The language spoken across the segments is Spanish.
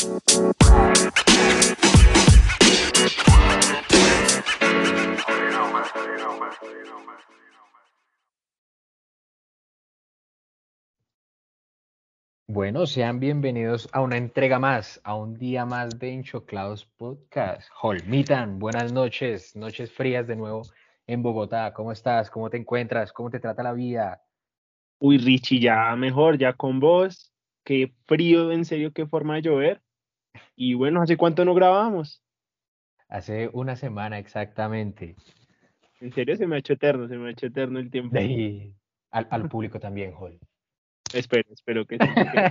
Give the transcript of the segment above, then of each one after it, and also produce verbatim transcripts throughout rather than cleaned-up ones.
Bueno, sean bienvenidos a una entrega más, a un día más de Inchoclados Podcast. Holmitan, buenas noches, noches frías de nuevo en Bogotá. ¿Cómo estás? ¿Cómo te encuentras? ¿Cómo te trata la vida? Uy, Richie, ya mejor, ya con vos. Qué frío, en serio, qué forma de llover. Y bueno, ¿hace cuánto no grabamos? Hace una semana exactamente. En serio, se me ha hecho eterno, se me ha hecho eterno el tiempo. Y al, al público también, Hol. Espero, espero que sí. Espero.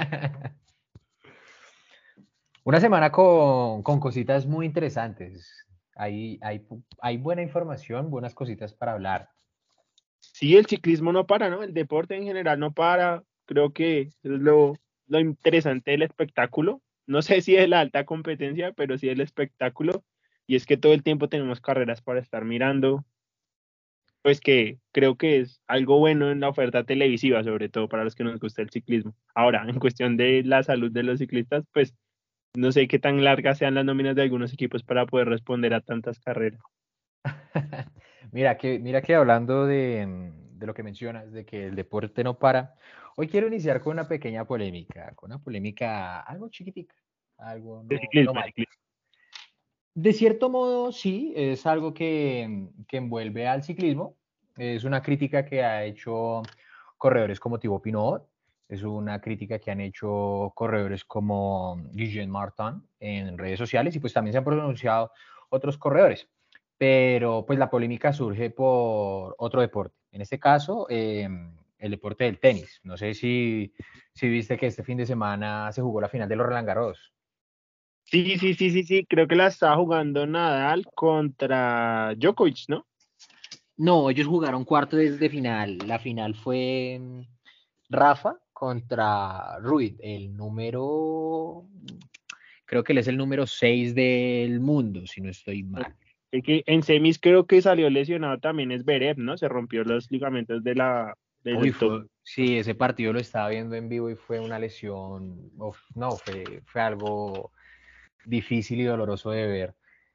Una semana con, con cositas muy interesantes. Hay, hay, hay buena información, buenas cositas para hablar. Sí, el ciclismo no para, ¿no? El deporte en general no para. Creo que es lo, lo interesante del espectáculo. No sé si es la alta competencia, pero sí el espectáculo. Y es que todo el tiempo tenemos carreras para estar mirando. Pues que creo que es algo bueno en la oferta televisiva, sobre todo para los que nos gusta el ciclismo. Ahora, en cuestión de la salud de los ciclistas, pues no sé qué tan largas sean las nóminas de algunos equipos para poder responder a tantas carreras. Mira que, mira que hablando de, mm, de lo que mencionas, de que el deporte no para, hoy quiero iniciar con una pequeña polémica, con una polémica algo chiquitica, algo De no, no ciclismo, de mal. ciclismo. De cierto modo, sí, es algo que, que envuelve al ciclismo. Es una crítica que ha hecho corredores como Thibaut Pinot, es una crítica que han hecho corredores como Guillaume Martin en redes sociales y pues también se han pronunciado otros corredores. Pero pues la polémica surge por otro deporte. En este caso, eh, el deporte del tenis. No sé si, si viste que este fin de semana se jugó la final de los Roland Garros. Sí, sí, sí, sí, sí, creo que la está jugando Nadal contra Djokovic, ¿no? No, ellos jugaron cuartos de final. La final fue mm, Rafa contra Ruiz, el número, creo que él es el número seis del mundo, si no estoy mal. Es que en semis creo que salió lesionado también es Zverev, ¿no? Se rompió los ligamentos de la, Uy, del tobillo. fue, sí, ese partido lo estaba viendo en vivo y fue una lesión, uf, no, fue, fue algo difícil y doloroso de ver.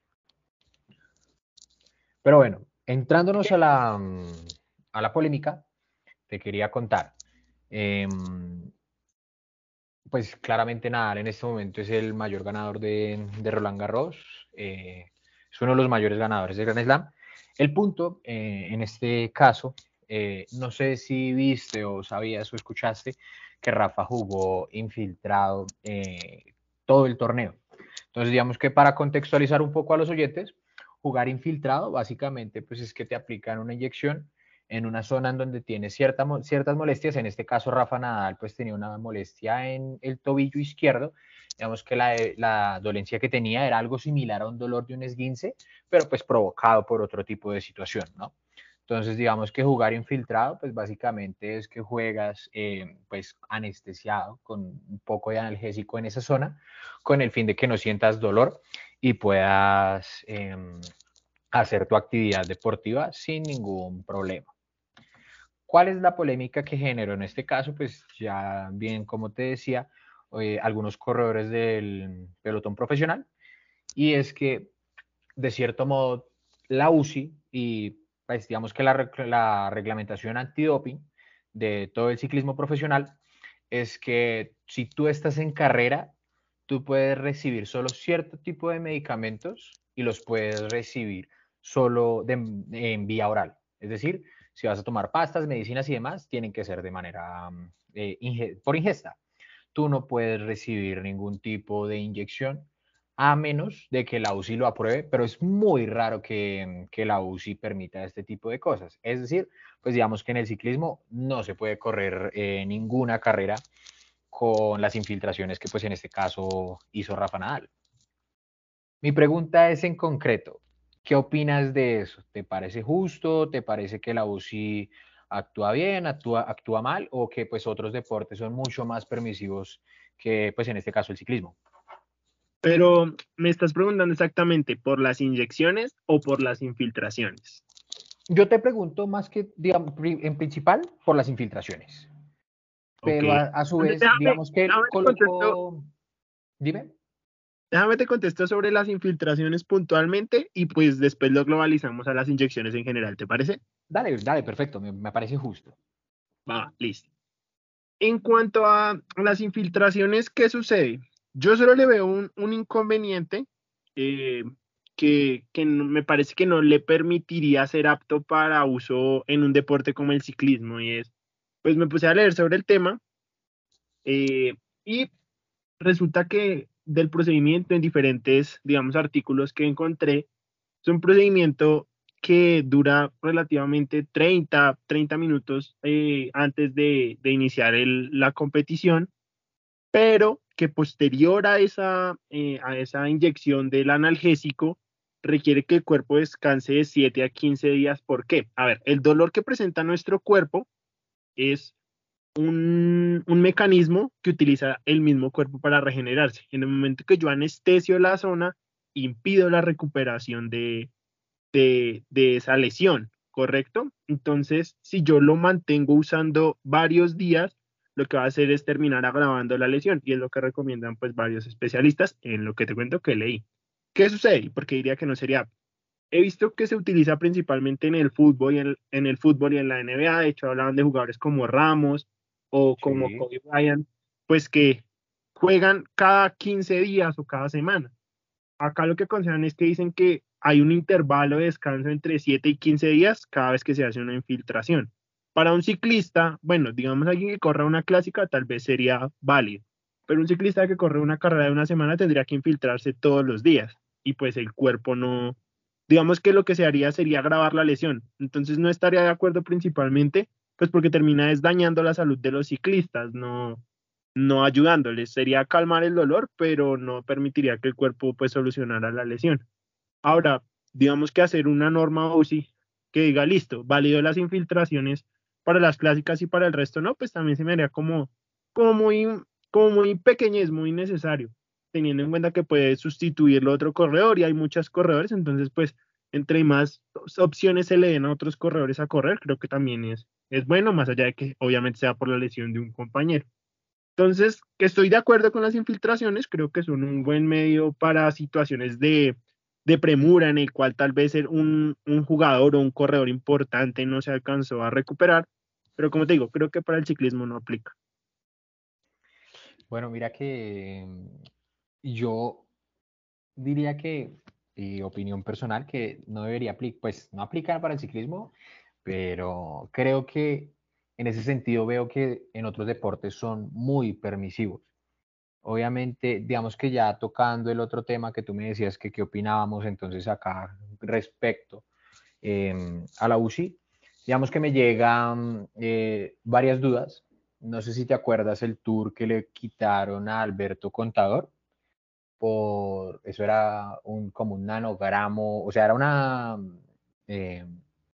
Pero bueno, entrándonos a la, mm, a la polémica, te quería contar. Eh, pues claramente Nadal en este momento es el mayor ganador de, de Roland Garros, eh, es uno de los mayores ganadores de Grand Slam. El punto eh, en este caso, eh, no sé si viste o sabías o escuchaste que Rafa jugó infiltrado eh, todo el torneo. Entonces, digamos que para contextualizar un poco a los oyentes, jugar infiltrado básicamente pues es que te aplican una inyección en una zona en donde tiene cierta, ciertas molestias. En este caso, Rafa Nadal pues tenía una molestia en el tobillo izquierdo. Digamos que la, la dolencia que tenía era algo similar a un dolor de un esguince, pero pues provocado por otro tipo de situación, ¿no? Entonces, digamos que jugar infiltrado, pues básicamente es que juegas eh, pues anestesiado con un poco de analgésico en esa zona, con el fin de que no sientas dolor y puedas eh, hacer tu actividad deportiva sin ningún problema. ¿Cuál es la polémica que generó en este caso? Pues ya bien, como te decía, eh, algunos corredores del pelotón profesional, y es que de cierto modo la U C I y pues digamos que la, la reglamentación antidoping de todo el ciclismo profesional es que si tú estás en carrera, tú puedes recibir solo cierto tipo de medicamentos y los puedes recibir solo de, en vía oral. Es decir, si vas a tomar pastas, medicinas y demás, tienen que ser de manera eh, inge por ingesta. Tú no puedes recibir ningún tipo de inyección a menos de que la U C I lo apruebe, pero es muy raro que, que la U C I permita este tipo de cosas. Es decir, pues digamos que en el ciclismo no se puede correr eh, ninguna carrera con las infiltraciones que pues en este caso hizo Rafa Nadal. Mi pregunta es en concreto, ¿qué opinas de eso? ¿Te parece justo? ¿Te parece que la U C I actúa bien, actúa, actúa mal o que pues otros deportes son mucho más permisivos que pues en este caso el ciclismo? Pero me estás preguntando exactamente por las inyecciones o por las infiltraciones. Yo te pregunto más que, digamos, en principal por las infiltraciones, Ok. pero a, a su Entonces, vez, déjame, digamos que él déjame te contesto, colocó, Dime. Déjame te contesto sobre las infiltraciones puntualmente y pues después lo globalizamos a las inyecciones en general, ¿te parece? Dale, dale, perfecto, me, me parece justo. Va, listo. En cuanto a las infiltraciones, ¿qué sucede? Yo solo le veo un, un inconveniente eh, que, que no- me parece que no le permitiría ser apto para uso en un deporte como el ciclismo y es, pues me puse a leer sobre el tema eh, y resulta que del procedimiento en diferentes, digamos, artículos que encontré, es un procedimiento que dura relativamente treinta treinta minutos eh, antes de, de iniciar el- la competición, pero que posterior a esa, eh, a esa inyección del analgésico requiere que el cuerpo descanse de siete a quince días. ¿Por qué? A ver, el dolor que presenta nuestro cuerpo es un, un mecanismo que utiliza el mismo cuerpo para regenerarse. En el momento que yo anestesio la zona, impido la recuperación de, de, de esa lesión, ¿correcto? Entonces, si yo lo mantengo usando varios días, lo que va a hacer es terminar agravando la lesión y es lo que recomiendan pues varios especialistas en lo que te cuento que leí. ¿Qué sucede? Porque diría que no sería. He visto que se utiliza principalmente en el fútbol y en, en el fútbol y en la N B A. De hecho, hablaban de jugadores como Ramos o como Sí. Kobe Bryant, pues que juegan cada quince días o cada semana. Acá lo que aconsejan es que dicen que hay un intervalo de descanso entre siete y quince días cada vez que se hace una infiltración. Para un ciclista, bueno, digamos alguien que corra una clásica tal vez sería válido, pero un ciclista que corre una carrera de una semana tendría que infiltrarse todos los días y pues el cuerpo no, digamos que lo que se haría sería agravar la lesión. Entonces no estaría de acuerdo principalmente, pues porque termina es dañando la salud de los ciclistas, no, no ayudándoles. Sería calmar el dolor, pero no permitiría que el cuerpo pues solucionara la lesión. Ahora, digamos que hacer una norma U C I que diga, listo, válido las infiltraciones para las clásicas y para el resto no, pues también se me haría como, como muy, como muy pequeñez, muy necesario, teniendo en cuenta que puede sustituirlo otro corredor y hay muchos corredores, entonces pues entre más opciones se le den a otros corredores a correr, creo que también es, es bueno, más allá de que obviamente sea por la lesión de un compañero. Entonces, que estoy de acuerdo con las infiltraciones, creo que son un buen medio para situaciones de, de premura en el cual tal vez un, un jugador o un corredor importante no se alcanzó a recuperar, pero como te digo, creo que para el ciclismo no aplica. Bueno, mira que mm, yo diría que, y opinión personal, que no debería aplicar, pues no aplicar para el ciclismo, pero creo que en ese sentido veo que en otros deportes son muy permisivos. Obviamente, digamos que ya tocando el otro tema que tú me decías que qué opinábamos entonces acá respecto eh, a la U C I, digamos que me llegan eh, varias dudas. No sé si te acuerdas el tour que le quitaron a Alberto Contador por, eso era un, como un nanogramo, o sea, era una, eh,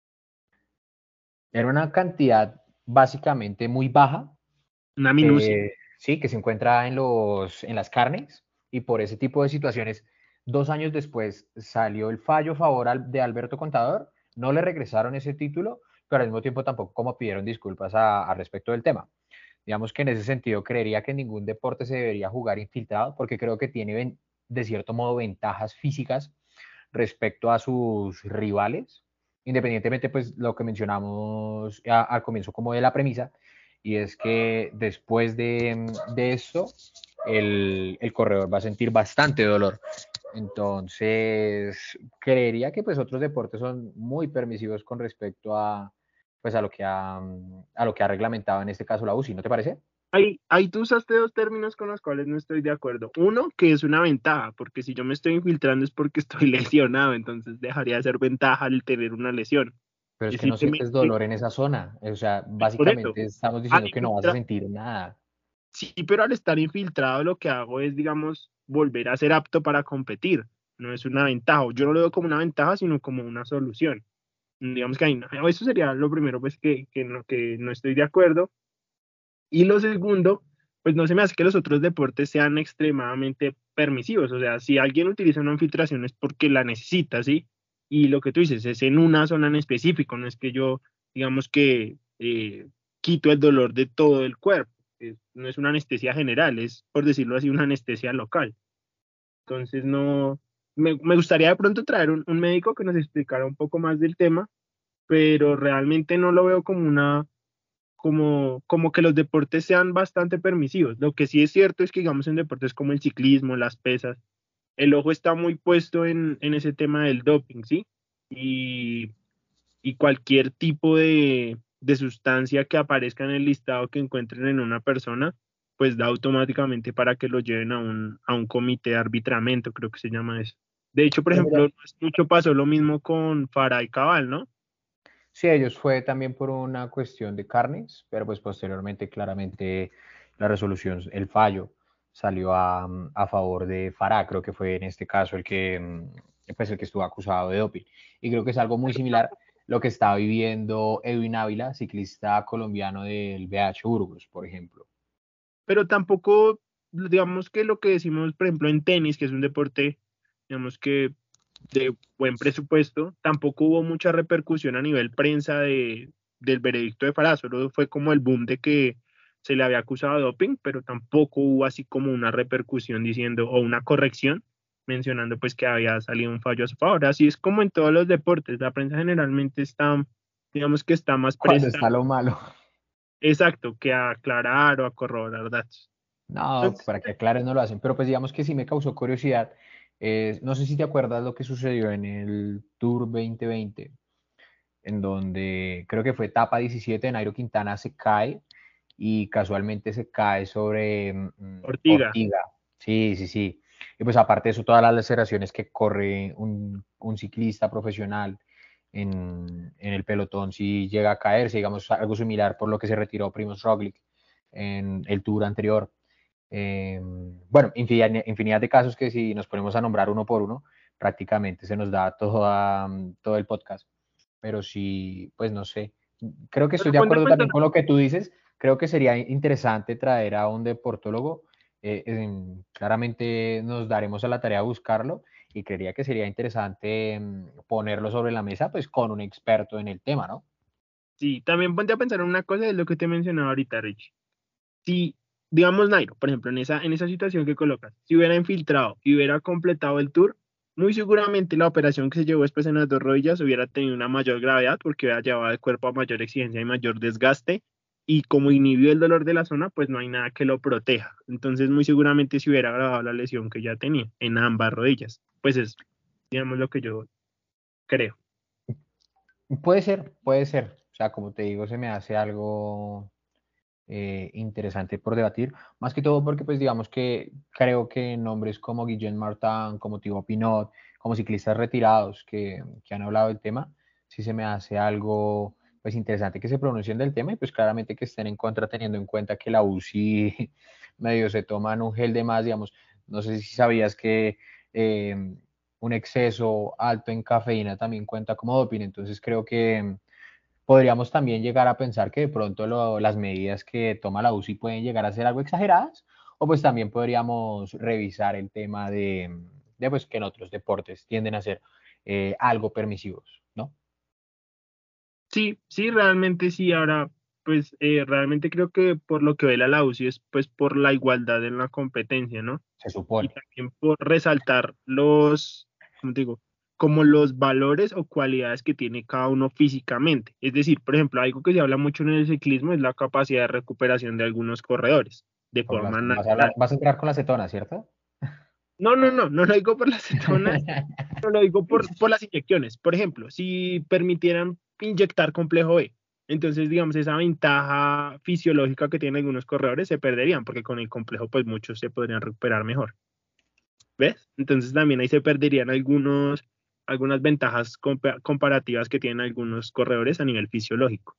era una cantidad básicamente muy baja, Una minucia. eh, sí, que se encuentra en, los, en las carnes y por ese tipo de situaciones, dos años después salió el fallo a favor al, de Alberto Contador, no le regresaron ese título, pero al mismo tiempo tampoco como pidieron disculpas a, a respecto del tema. Digamos que en ese sentido creería que ningún deporte se debería jugar infiltrado porque creo que tiene de cierto modo ventajas físicas respecto a sus rivales, independientemente pues lo que mencionamos a, al comienzo como de la premisa, y es que después de, de esto el, el, corredor va a sentir bastante dolor. Entonces, creería que pues otros deportes son muy permisivos con respecto a, pues, a, lo que ha, a lo que ha reglamentado en este caso la U C I, ¿no te parece? Ahí, ahí tú usaste dos términos con los cuales no estoy de acuerdo. Uno, que es una ventaja, porque si yo me estoy infiltrando es porque estoy lesionado, entonces dejaría de ser ventaja el tener una lesión. Pero es Es que no sientes simplemente, dolor en esa zona. O sea, es por eso. básicamente estamos Al diciendo que no vas a infiltrar, sentir nada. sí, pero al estar infiltrado lo que hago es, digamos, volver a ser apto para competir. No es una ventaja. Yo no lo veo como una ventaja, sino como una solución. Digamos que ahí no- eso sería lo primero, pues, que, que, no, que no estoy de acuerdo. Y lo segundo, pues no se me hace que los otros deportes sean extremadamente permisivos. O sea, si alguien utiliza una infiltración es porque la necesita, ¿sí? Y lo que tú dices es en una zona en específico, no es que yo, digamos que eh, quito el dolor de todo el cuerpo. es- no es una anestesia general, es, por decirlo así, una anestesia local. Entonces, no, me, me gustaría de pronto traer un, un médico que nos explicara un poco más del tema, pero realmente no lo veo como una, como, como que los deportes sean bastante permisivos. Lo que sí es cierto es que, digamos, en deportes como el ciclismo, las pesas, el ojo está muy puesto en, en ese tema del doping, ¿sí? Y, y cualquier tipo de, de sustancia que aparezca en el listado que encuentren en una persona, pues da automáticamente para que lo lleven a un, a un comité de arbitramiento, creo que se llama eso. De hecho, por Pero ejemplo, mira, no hace mucho pasó lo mismo con Farah y Cabal, ¿no? sí, ellos fue también por una cuestión de carnes, pero pues posteriormente claramente la resolución, el fallo salió a, mm, a favor de Farah, creo que fue en este caso el que, mm, pues el que estuvo acusado de doping. Y creo que es algo muy similar lo que está viviendo Edwin Ávila, ciclista colombiano del B H Burgos, por ejemplo. Pero tampoco, digamos que lo que decimos, por ejemplo, en tenis, que es un deporte, digamos que de buen presupuesto, tampoco hubo mucha repercusión a nivel prensa de, del veredicto de Farah, solo fue como el boom de que se le había acusado de doping, pero tampoco hubo así como una repercusión diciendo, o una corrección, mencionando pues que había salido un fallo a su favor. Así es como en todos los deportes, la prensa generalmente está, digamos que está más Cuando presta, está lo malo. exacto, que a aclarar o a corroborar datos. No, Entonces, para que aclaren no lo hacen, pero pues digamos que sí me causó curiosidad. Eh, no sé si te acuerdas lo que sucedió en el Tour veinte veinte, en donde creo que fue etapa diecisiete, Nairo Quintana se cae y casualmente se cae sobre mm, Ortiga. Ortiga. Sí, sí, sí. Y pues aparte de eso, todas las laceraciones que corre un, un ciclista profesional en, en, el pelotón si llega a caerse, digamos algo similar por lo que se retiró Primoz Roglic en el Tour anterior. Eh, bueno, infinidad, infinidad, de casos que si nos ponemos a nombrar uno por uno, prácticamente se nos da toda, todo el podcast. Pero sí, pues no sé. Creo que estoy Pero de ponte a acuerdo pensar, también con lo que tú dices. Creo que sería interesante traer a un deportólogo. Eh, eh, claramente nos daremos a la tarea de buscarlo y creería que sería interesante mm, ponerlo sobre la mesa pues con un experto en el tema, ¿no? sí, también ponte a pensar en una cosa de lo que te mencionaba ahorita, Rich. Si, digamos, Nairo, por ejemplo, en esa, en esa situación que colocas, si hubiera infiltrado y hubiera completado el tour, muy seguramente la operación que se llevó después en las dos rodillas hubiera tenido una mayor gravedad porque hubiera llevado el cuerpo a mayor exigencia y mayor desgaste. Y como inhibió el dolor de la zona, pues no hay nada que lo proteja. Entonces, muy seguramente si hubiera agravado la lesión que ya tenía en ambas rodillas. Pues es, digamos, lo que yo creo. Puede ser, puede ser. O sea, como te digo, se me hace algo eh, interesante por debatir, más que todo porque pues digamos que creo que nombres como Guillaume Martin, como Thibaut Pinot, como ciclistas retirados que, que han hablado del tema, sí se me hace algo pues interesante que se pronuncien del tema y pues claramente que estén en contra teniendo en cuenta que la U C I medio se toman un gel de más, digamos, no sé si sabías que eh, un exceso alto en cafeína también cuenta como doping, entonces creo que podríamos también llegar a pensar que de pronto lo, las medidas que toma la U C I pueden llegar a ser algo exageradas, o pues también podríamos revisar el tema de, de pues que en otros deportes tienden a ser eh, algo permisivos, ¿no? Sí, sí, realmente sí. Ahora, pues eh, realmente creo que por lo que vela la U C I es pues por la igualdad en la competencia, ¿no? Se Y supone. también por resaltar los, ¿cómo te digo? Como los valores o cualidades que tiene cada uno físicamente. Es decir, por ejemplo, algo que se habla mucho en el ciclismo es la capacidad de recuperación de algunos corredores de Por las, forma vas, a natural. hablar, vas a entrar con la cetona, ¿cierto? No, no, no, no lo digo por las cetonas, no lo digo por, por las inyecciones. Por ejemplo, si permitieran inyectar complejo B, entonces, digamos, esa ventaja fisiológica que tienen algunos corredores se perderían, porque con el complejo, pues muchos se podrían recuperar mejor. ¿Ves? Entonces también ahí se perderían algunos, algunas ventajas compa- comparativas que tienen algunos corredores a nivel fisiológico.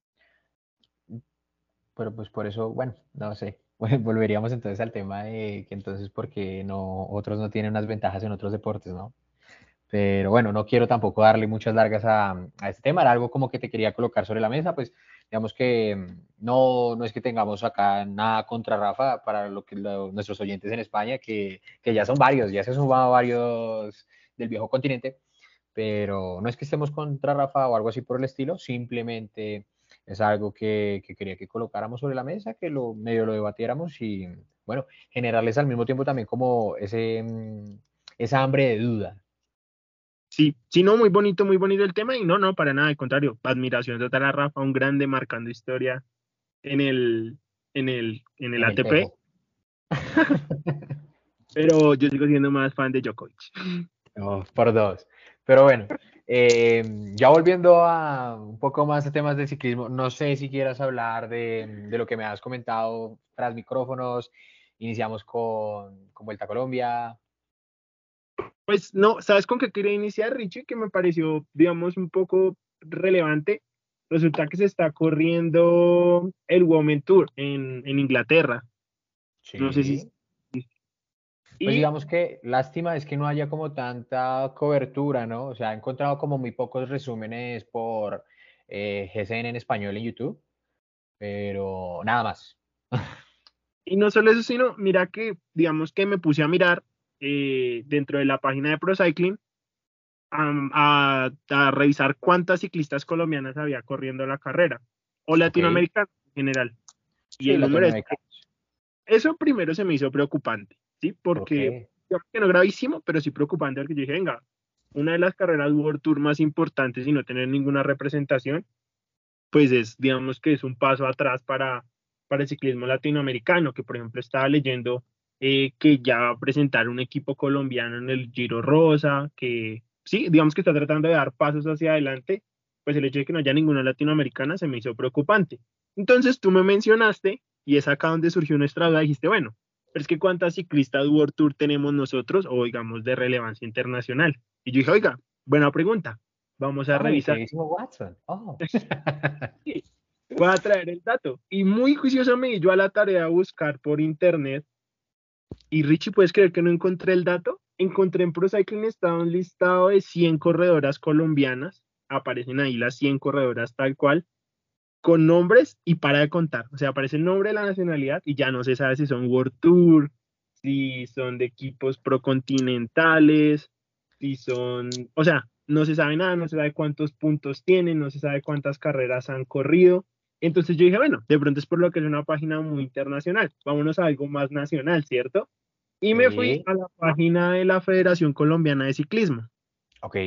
Pero pues por eso, bueno, no sé. Bueno, volveríamos entonces al tema de que entonces porque no, otros no tienen unas ventajas en otros deportes, ¿no? Pero bueno, no quiero tampoco darle muchas largas a, a este tema, era algo como que te quería colocar sobre la mesa, pues digamos que mm, no, no es que tengamos acá nada contra Rafa para lo que lo- nuestros oyentes en España, que, que ya son varios, ya se han sumado varios del viejo continente, pero no es que estemos contra Rafa o algo así por el estilo, simplemente es algo que, que quería que colocáramos sobre la mesa, que lo medio lo debatiéramos y, bueno, generarles al mismo tiempo también como ese, mm, esa hambre de duda. Sí, sí, no, muy bonito, muy bonito el tema y no, no, para nada, al contrario, admiración total a Rafa, un grande marcando historia en el, en el, en el En el A T P, tejo. pero yo sigo siendo más fan de Djokovic. No, por dos. Pero bueno, eh, ya volviendo a un poco más a temas de ciclismo, no sé si quieras hablar de, de lo que me has comentado tras micrófonos. Iniciamos con, con Vuelta a Colombia. Pues no, ¿sabes con qué quería iniciar, Richie? Que me pareció, digamos, un poco relevante. Resulta que se está corriendo el Women Tour en, en Inglaterra. No sé si... Sí. Pues Y, digamos que lástima es que no haya como tanta cobertura, ¿no? O sea, he encontrado como muy pocos resúmenes por eh, G C N en español en YouTube, pero nada más. y no solo eso, sino, mira que, digamos que me puse a mirar eh, dentro de la página de ProCycling a, a, a revisar cuántas ciclistas colombianas había corriendo la carrera, o Ok. latinoamericanas en general. Y Sí, el número es, latinoamericanos. eso primero se me hizo preocupante, ¿sí? ¿Por Porque, qué? digamos que no gravísimo, pero sí preocupante, porque yo dije, venga, una de las carreras World Tour más importantes y no tener ninguna representación, pues es, digamos que es un paso atrás para, para el ciclismo latinoamericano, que por ejemplo estaba leyendo eh, que ya va a presentar un equipo colombiano en el Giro Rosa, que sí, digamos que está tratando de dar pasos hacia adelante, pues el hecho de que no haya ninguna latinoamericana se me hizo preocupante. Entonces tú me mencionaste, y es acá donde surgió nuestra duda, dijiste, bueno, pero es que ¿cuántas ciclistas World Tour tenemos nosotros, o digamos de relevancia internacional? Y yo dije, oiga, buena pregunta, vamos a Oh, mi revisar. queridísimo Watson. Oh. Sí, voy a traer el dato. Y muy juicioso me di yo a la tarea de buscar por internet. Y Richie, ¿puedes creer que no encontré el dato? Encontré en ProCycling estaba un listado de cien corredoras colombianas. Aparecen ahí las cien corredoras tal cual, con nombres y para de contar. O sea, aparece el nombre de la nacionalidad y ya no se sabe si son World Tour, si son de equipos procontinentales, si son, o sea, no se sabe nada, no se sabe cuántos puntos tienen, no se sabe cuántas carreras han corrido. Entonces yo dije, bueno, de pronto es por lo que es una página muy internacional, vámonos a algo más nacional, ¿cierto? Y me fui Sí, a la página de la Federación Colombiana de Ciclismo. ok.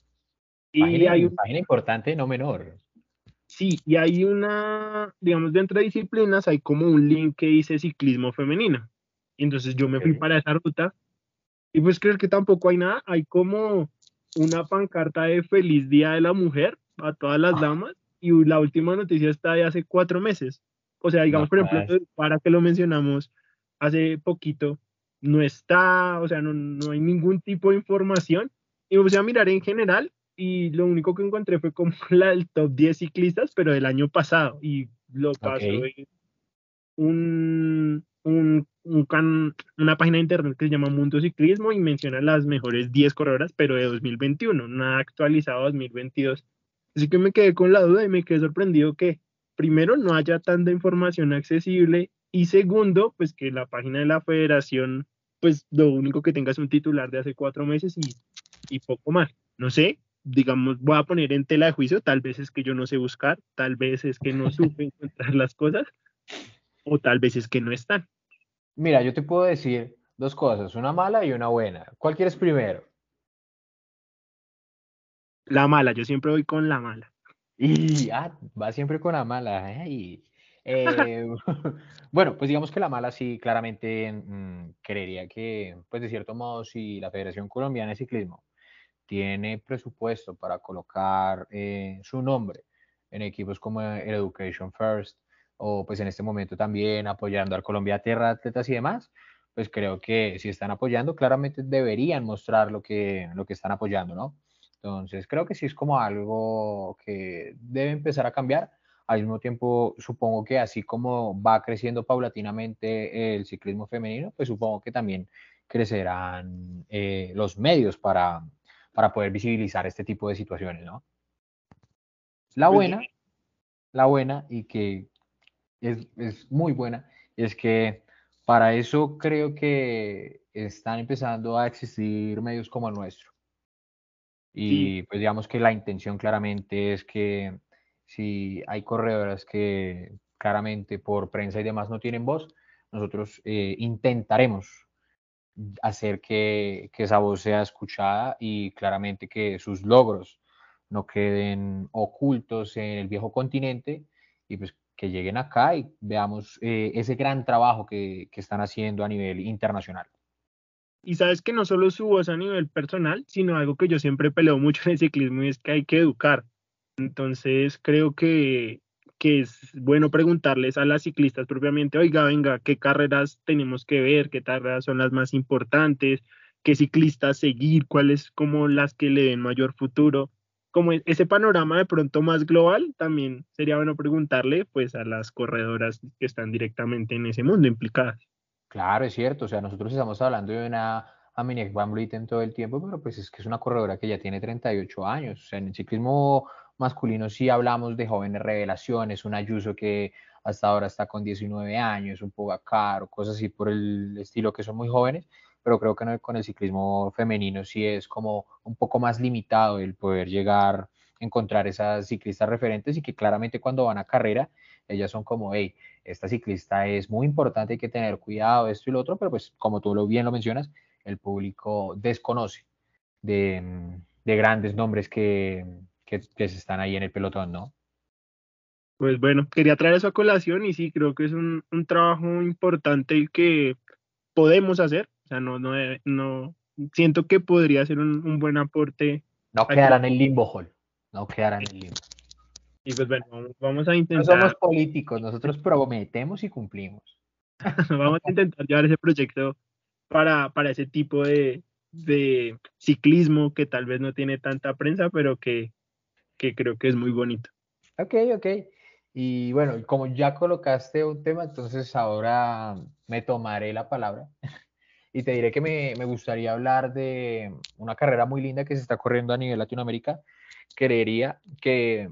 Y hay Página, un, página importante, no menor. sí, y hay una, digamos, dentro de disciplinas hay como un link que dice ciclismo femenino. Y entonces yo me fui Ok. para esa ruta. Y pues creo que tampoco hay nada, hay como una pancarta de feliz Día de la Mujer a todas las Ah, damas y la última noticia está de hace cuatro meses. O sea, no digamos, por ejemplo, jodas. para que lo mencionamos hace poquito, no está, o sea, no, no hay ningún tipo de información. Y me puse a mirar en general y lo único que encontré fue como la del top diez ciclistas, pero del año pasado y lo pasó Ok. en un, un, un can- una página de internet que se llama Mundo Ciclismo y menciona las mejores diez corredoras, pero de dos mil veintiuno, nada actualizado dos mil veintidós. Así que me quedé con la duda y me quedé sorprendido que, primero, no haya tanta información accesible y segundo, pues que la página de la federación, pues lo único que tenga es un titular de hace cuatro meses y, y poco más. No sé, digamos, voy a poner en tela de juicio, tal vez es que yo no sé buscar, tal vez es que no supe encontrar las cosas o tal vez es que no están. Mira, yo te puedo decir dos cosas, una mala y una buena. ¿Cuál quieres primero? La mala, yo siempre voy con la mala. Y, ah, va siempre con la mala. Ay. Eh, bueno, pues digamos que la mala sí, claramente mm, creería que, pues de cierto modo, si la Federación Colombiana de Ciclismo tiene presupuesto para colocar eh, su nombre en equipos como el Education First o pues en este momento también apoyando al Colombia Tierra Atletas y demás, pues creo que si están apoyando, claramente deberían mostrar lo que, lo que están apoyando, ¿no? Entonces creo que sí es como algo que debe empezar a cambiar. Al mismo tiempo, supongo que así como va creciendo paulatinamente el ciclismo femenino, pues supongo que también crecerán eh, los medios para, para poder visibilizar este tipo de situaciones, ¿no? La Pues yo, buena, la buena y que es, es muy buena, es que para eso creo que están empezando a existir medios como el nuestro. sí, Y pues digamos que la intención claramente es que si hay corredoras que claramente por prensa y demás no tienen voz, nosotros eh, intentaremos hacer que, que esa voz sea escuchada y claramente que sus logros no queden ocultos en el viejo continente y pues que lleguen acá y veamos eh, ese gran trabajo que, que están haciendo a nivel internacional. Y sabes que no solo su voz a nivel personal, sino algo que yo siempre peleo mucho en el ciclismo y es que hay que educar. Entonces creo que, que es bueno preguntarles a las ciclistas propiamente, oiga, venga, ¿qué carreras tenemos que ver? ¿Qué carreras son las más importantes? ¿Qué ciclistas seguir? ¿Cuáles como las que le den mayor futuro? Como e- ese panorama de pronto más global, también sería bueno preguntarle pues a las corredoras que están directamente en ese mundo implicadas. Claro, es cierto, o sea, nosotros estamos hablando de una Aminek Van Vleuten todo el tiempo, pero pues es que es una corredora que ya tiene treinta y ocho años, o sea, en el ciclismo masculino sí hablamos de jóvenes revelaciones, un Ayuso que hasta ahora está con diecinueve años, un Pogacar o cosas así por el estilo que son muy jóvenes, pero creo que no- con el ciclismo femenino sí es como un poco más limitado el poder llegar, encontrar esas ciclistas referentes y que claramente cuando van a carrera, ellas son como, hey, esta ciclista es muy importante, hay que tener cuidado, esto y lo otro, pero pues como tú lo bien lo mencionas, el público desconoce de, de grandes nombres que, que, que, se están ahí en el pelotón, ¿no? Pues bueno, quería traer eso a colación y sí, creo que es un, un trabajo importante el que podemos hacer. O sea, no, no, debe- no siento que podría ser un, un buen aporte No al quedarán en crecimiento. el limbo, Hall, no quedarán en el limbo. Y pues bueno, vamos, vamos a No somos intentar, políticos, nosotros prometemos y cumplimos. vamos a intentar llevar ese proyecto para, para ese tipo de, de ciclismo que tal vez no tiene tanta prensa, pero que, que creo que es muy bonito. Ok, ok. Y bueno, como ya colocaste un tema, entonces ahora me tomaré la palabra y te diré que me, me gustaría hablar de una carrera muy linda que se está corriendo a nivel Latinoamérica. Creería que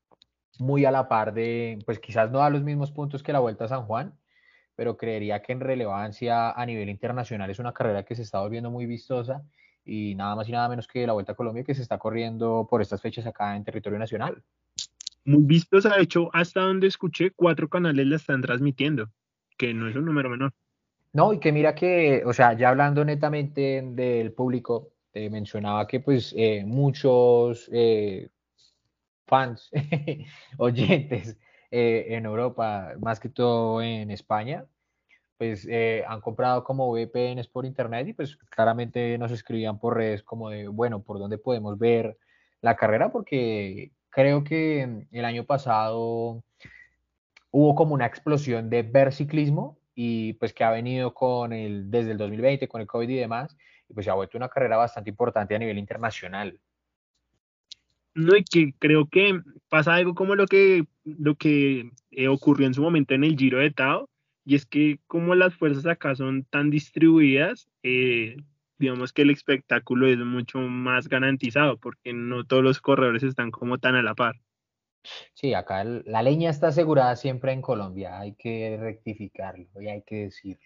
muy a la par de, pues quizás no a los mismos puntos que la Vuelta a San Juan, pero creería que en relevancia a nivel internacional es una carrera que se está volviendo muy vistosa y nada más y nada menos que la Vuelta a Colombia que se está corriendo por estas fechas acá en territorio nacional. Muy vistosa, de hecho, hasta donde escuché, cuatro canales la están transmitiendo, que no es un número menor. No, y que mira que, o sea, ya hablando netamente del público, te mencionaba que pues eh, muchos eh, fans, oyentes eh, en Europa, más que todo en España, pues eh, han comprado como V P Ns por internet y pues claramente nos escribían por redes como de, bueno, ¿por dónde podemos ver la carrera? Porque creo que el año pasado hubo como una explosión de ver ciclismo y pues que ha venido con el, desde el dos mil veinte, con el COVID y demás, y pues se ha vuelto una carrera bastante importante a nivel internacional. No, y que creo que pasa algo como lo que, lo que eh, ocurrió en su momento en el Giro de Tao, y es que como las fuerzas acá son tan distribuidas, eh, digamos que el espectáculo es mucho más garantizado, porque no todos los corredores están como tan a la par. Sí, acá el- la leña está asegurada siempre en Colombia, hay que rectificarlo y hay que decirlo.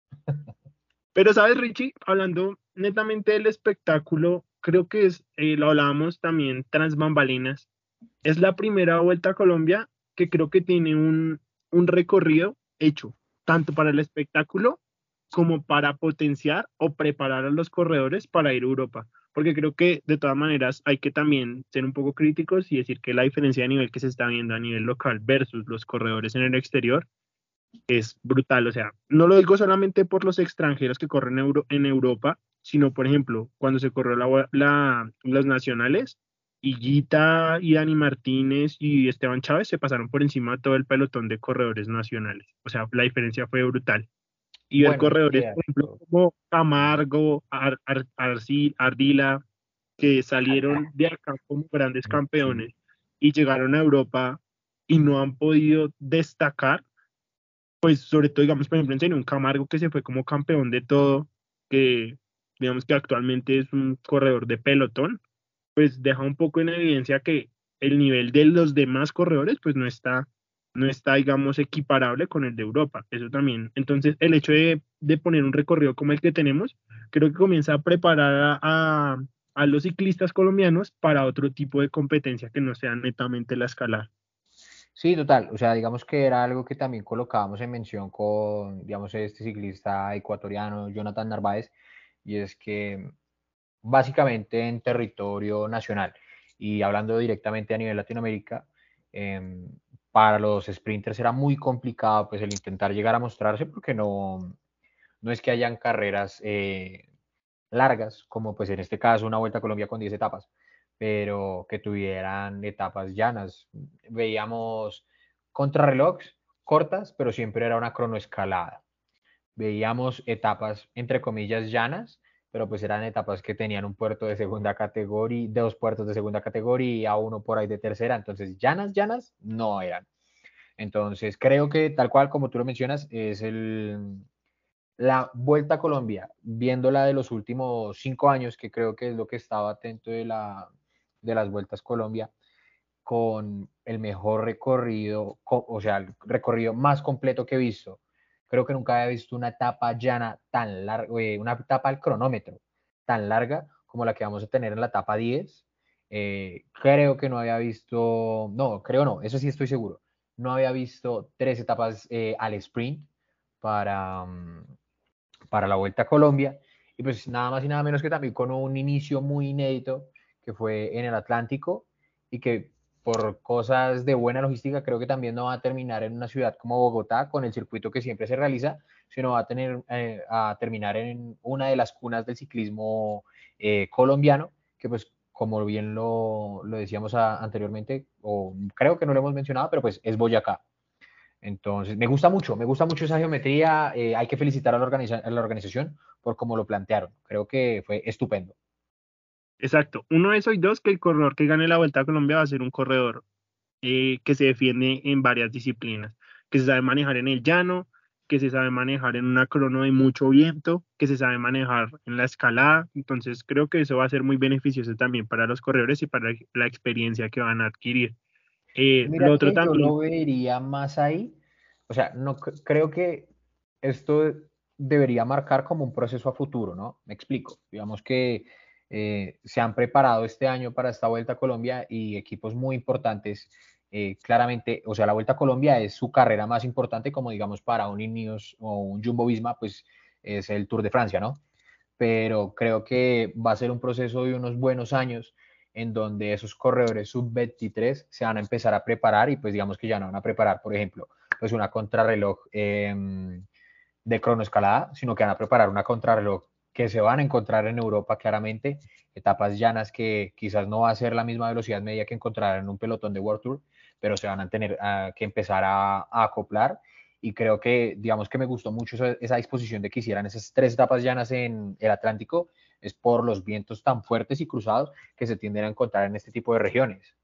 Pero, ¿sabes, Richie? Hablando netamente del espectáculo, creo que es, eh, lo hablábamos también tras bambalinas, es la primera vuelta a Colombia que creo que tiene un, un recorrido hecho, tanto para el espectáculo como para potenciar o preparar a los corredores para ir a Europa. Porque creo que de todas maneras hay que también ser un poco críticos y decir que la diferencia de nivel que se está viendo a nivel local versus los corredores en el exterior es brutal. O sea, no lo digo solamente por los extranjeros que corren Euro en Europa, sino, por ejemplo, cuando se corrió la, la, los nacionales, Higuita y Dani Martínez y Esteban Chávez se pasaron por encima de todo el pelotón de corredores nacionales. O sea, la diferencia fue brutal. Y ver Bueno, es corredores, por ejemplo, cierto. como Camargo, Ar, Ar, Arci- Ardila, que salieron de acá como grandes Sí. campeones y llegaron a Europa y no han podido destacar, pues sobre todo, digamos, por ejemplo, en un Camargo que se fue como campeón de todo, que digamos que actualmente es un corredor de pelotón, pues deja un poco en evidencia que el nivel de los demás corredores, pues no está, no está, digamos, equiparable con el de Europa. Eso también. Entonces, el hecho de, de poner un recorrido como el que tenemos, creo que comienza a preparar a, a los ciclistas colombianos para otro tipo de competencia que no sea netamente la escalada. Sí, total. O sea, digamos que era algo que también colocábamos en mención con, digamos, este ciclista ecuatoriano, Jonathan Narváez, y es que básicamente en territorio nacional y hablando directamente a nivel Latinoamérica, eh, para los sprinters era muy complicado pues el intentar llegar a mostrarse porque no, no es que hayan carreras eh, largas, como pues en este caso una Vuelta a Colombia con diez etapas, pero que tuvieran etapas llanas. Veíamos contrarrelojes cortas, pero siempre era una cronoescalada. Veíamos etapas, entre comillas, llanas, pero pues eran etapas que tenían un puerto de segunda categoría, dos puertos de segunda categoría, uno por ahí de tercera, entonces llanas, llanas no eran. Entonces creo que tal cual como tú lo mencionas, es el, la Vuelta a Colombia, viéndola de los últimos cinco años, que creo que es lo que estaba atento de, la, de las Vueltas Colombia, con el mejor recorrido, o sea, el recorrido más completo que he visto. Creo que nunca había visto una etapa llana tan larga, una etapa al cronómetro tan larga como la que vamos a tener en la etapa diez. Eh, creo que no había visto, no, creo no, eso sí estoy seguro. No había visto tres etapas eh, al sprint para, um, para la Vuelta a Colombia. Y pues nada más y nada menos que también con un inicio muy inédito que fue en el Atlántico y que por cosas de buena logística creo que también no va a terminar en una ciudad como Bogotá con el circuito que siempre se realiza, sino va a, tener, eh, a terminar en una de las cunas del ciclismo eh, colombiano, que pues como bien lo, lo decíamos a, anteriormente, o creo que no lo hemos mencionado, pero pues es Boyacá. Entonces, me gusta mucho, me gusta mucho esa geometría. Eh, hay que felicitar a la, organiza a la organización por cómo lo plantearon. Creo que fue estupendo. Exacto. Uno de esos y dos, que el corredor que gane la Vuelta a Colombia va a ser un corredor eh, que se defiende en varias disciplinas, que se sabe manejar en el llano, que se sabe manejar en una crono de mucho viento, que se sabe manejar en la escalada. Entonces creo que eso va a ser muy beneficioso también para los corredores y para la experiencia que van a adquirir. Eh, lo Mira otro que yo también, lo vería más ahí. O sea, no creo que esto debería marcar como un proceso a futuro, ¿no? Me explico. Digamos que eh, se han preparado este año para esta Vuelta a Colombia y equipos muy importantes. Eh, claramente, o sea, la Vuelta a Colombia es su carrera más importante, como digamos para un Ineos o un Jumbo Visma, pues es el Tour de Francia, ¿no? Pero creo que va a ser un proceso de unos buenos años en donde esos corredores sub veintitrés se van a empezar a preparar y pues digamos que ya no van a preparar, por ejemplo, pues una contrarreloj eh, de cronoescalada, sino que van a preparar una contrarreloj que se van a encontrar en Europa claramente, etapas llanas que quizás no va a ser la misma velocidad media que encontrar en un pelotón de World Tour, pero se van a tener uh, que empezar a, a, acoplar y creo que, digamos que me gustó mucho esa, esa disposición de que hicieran esas tres etapas llanas en el Atlántico, es por los vientos tan fuertes y cruzados que se tienden a encontrar en este tipo de regiones.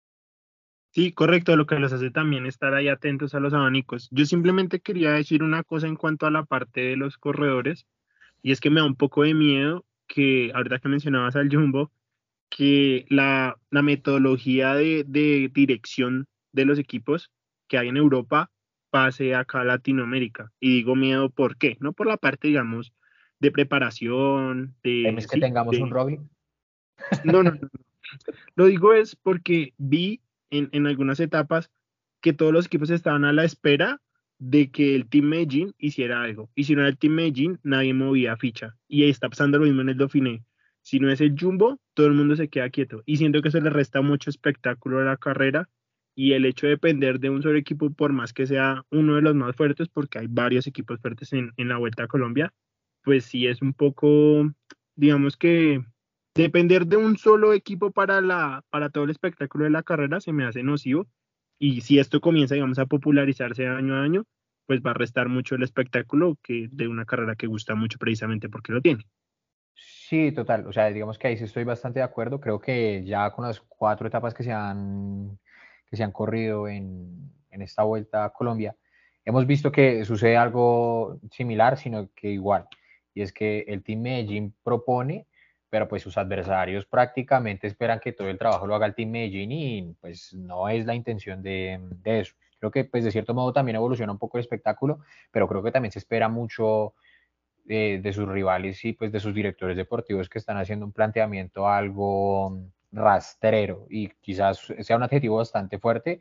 sí, correcto, lo que los hace también estar ahí atentos a los abanicos. Yo simplemente quería decir una cosa en cuanto a la parte de los corredores, y es que me da un poco de miedo que, ahorita que mencionabas al Jumbo, que la, la metodología de, de dirección de los equipos que hay en Europa pase acá a Latinoamérica. Y digo miedo, ¿por qué? No por la parte, digamos, de preparación, de, ¿Temes que sí, tengamos un de... Roglic? No, no, no. Lo digo es porque vi en, en algunas etapas que todos los equipos estaban a la espera de que el Team Medellín hiciera algo. Y si no era el Team Medellín, nadie movía ficha. Y ahí está pasando lo mismo en el Dauphiné. Si no es el Jumbo, todo el mundo se queda quieto. Y siento que eso le resta mucho espectáculo a la carrera. Y el hecho de depender de un solo equipo, por más que sea uno de los más fuertes, porque hay varios equipos fuertes en, en la Vuelta a Colombia, pues sí es un poco, digamos que depender de un solo equipo para, la, para todo el espectáculo de la carrera se me hace nocivo. Y si esto comienza, digamos, a popularizarse año a año, pues va a restar mucho el espectáculo que de una carrera que gusta mucho precisamente porque lo tiene. Sí, total. O sea, digamos que ahí sí estoy bastante de acuerdo. Creo que ya con las cuatro etapas que se han, que se han corrido en, en esta vuelta a Colombia, hemos visto que sucede algo similar, sino que igual. Y es que el Team Medellín propone, pero pues sus adversarios prácticamente esperan que todo el trabajo lo haga el Team Medellín y pues no es la intención de, de eso. Creo que pues de cierto modo también evoluciona un poco el espectáculo, pero creo que también se espera mucho de, de, sus rivales y pues de sus directores deportivos que están haciendo un planteamiento algo rastrero y quizás sea un adjetivo bastante fuerte,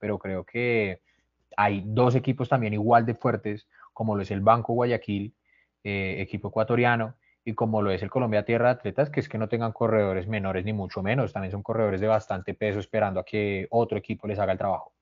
pero creo que hay dos equipos también igual de fuertes, como lo es el Banco Guayaquil, eh, equipo ecuatoriano, y como lo es el Colombia Tierra de Atletas, que es que no tengan corredores menores ni mucho menos, también son corredores de bastante peso esperando a que otro equipo les haga el trabajo.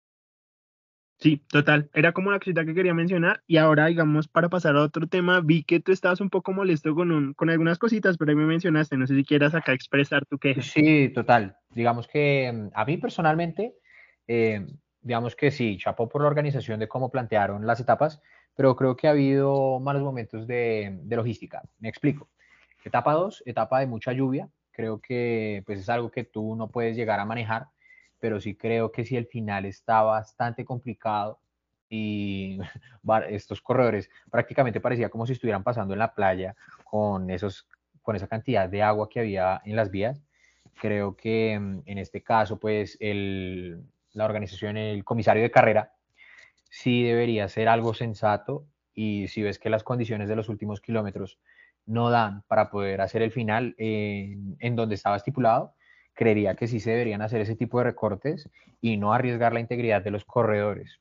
Sí, total. Era como la cosita que quería mencionar. Y ahora, digamos, para pasar a otro tema, vi que tú estabas un poco molesto con, un, con algunas cositas, pero ahí me mencionaste. No sé si quieras acá expresar tu queja. Sí, total. Digamos que mm, a mí personalmente, eh, digamos que sí, chapó por la organización de cómo plantearon las etapas, pero creo que ha habido malos momentos de, de logística. Me explico. Etapa dos, etapa de mucha lluvia. Creo que pues es algo que tú no puedes llegar a manejar, pero sí creo que si el final está bastante complicado y estos corredores prácticamente parecía como si estuvieran pasando en la playa con, esos, con esa cantidad de agua que había en las vías. Creo que mm, en este caso, pues el, la organización, el comisario de carrera, sí debería ser algo sensato y si ves que las condiciones de los últimos kilómetros no dan para poder hacer el final en, en donde estaba estipulado, creería que sí se deberían hacer ese tipo de recortes y no arriesgar la integridad de los corredores.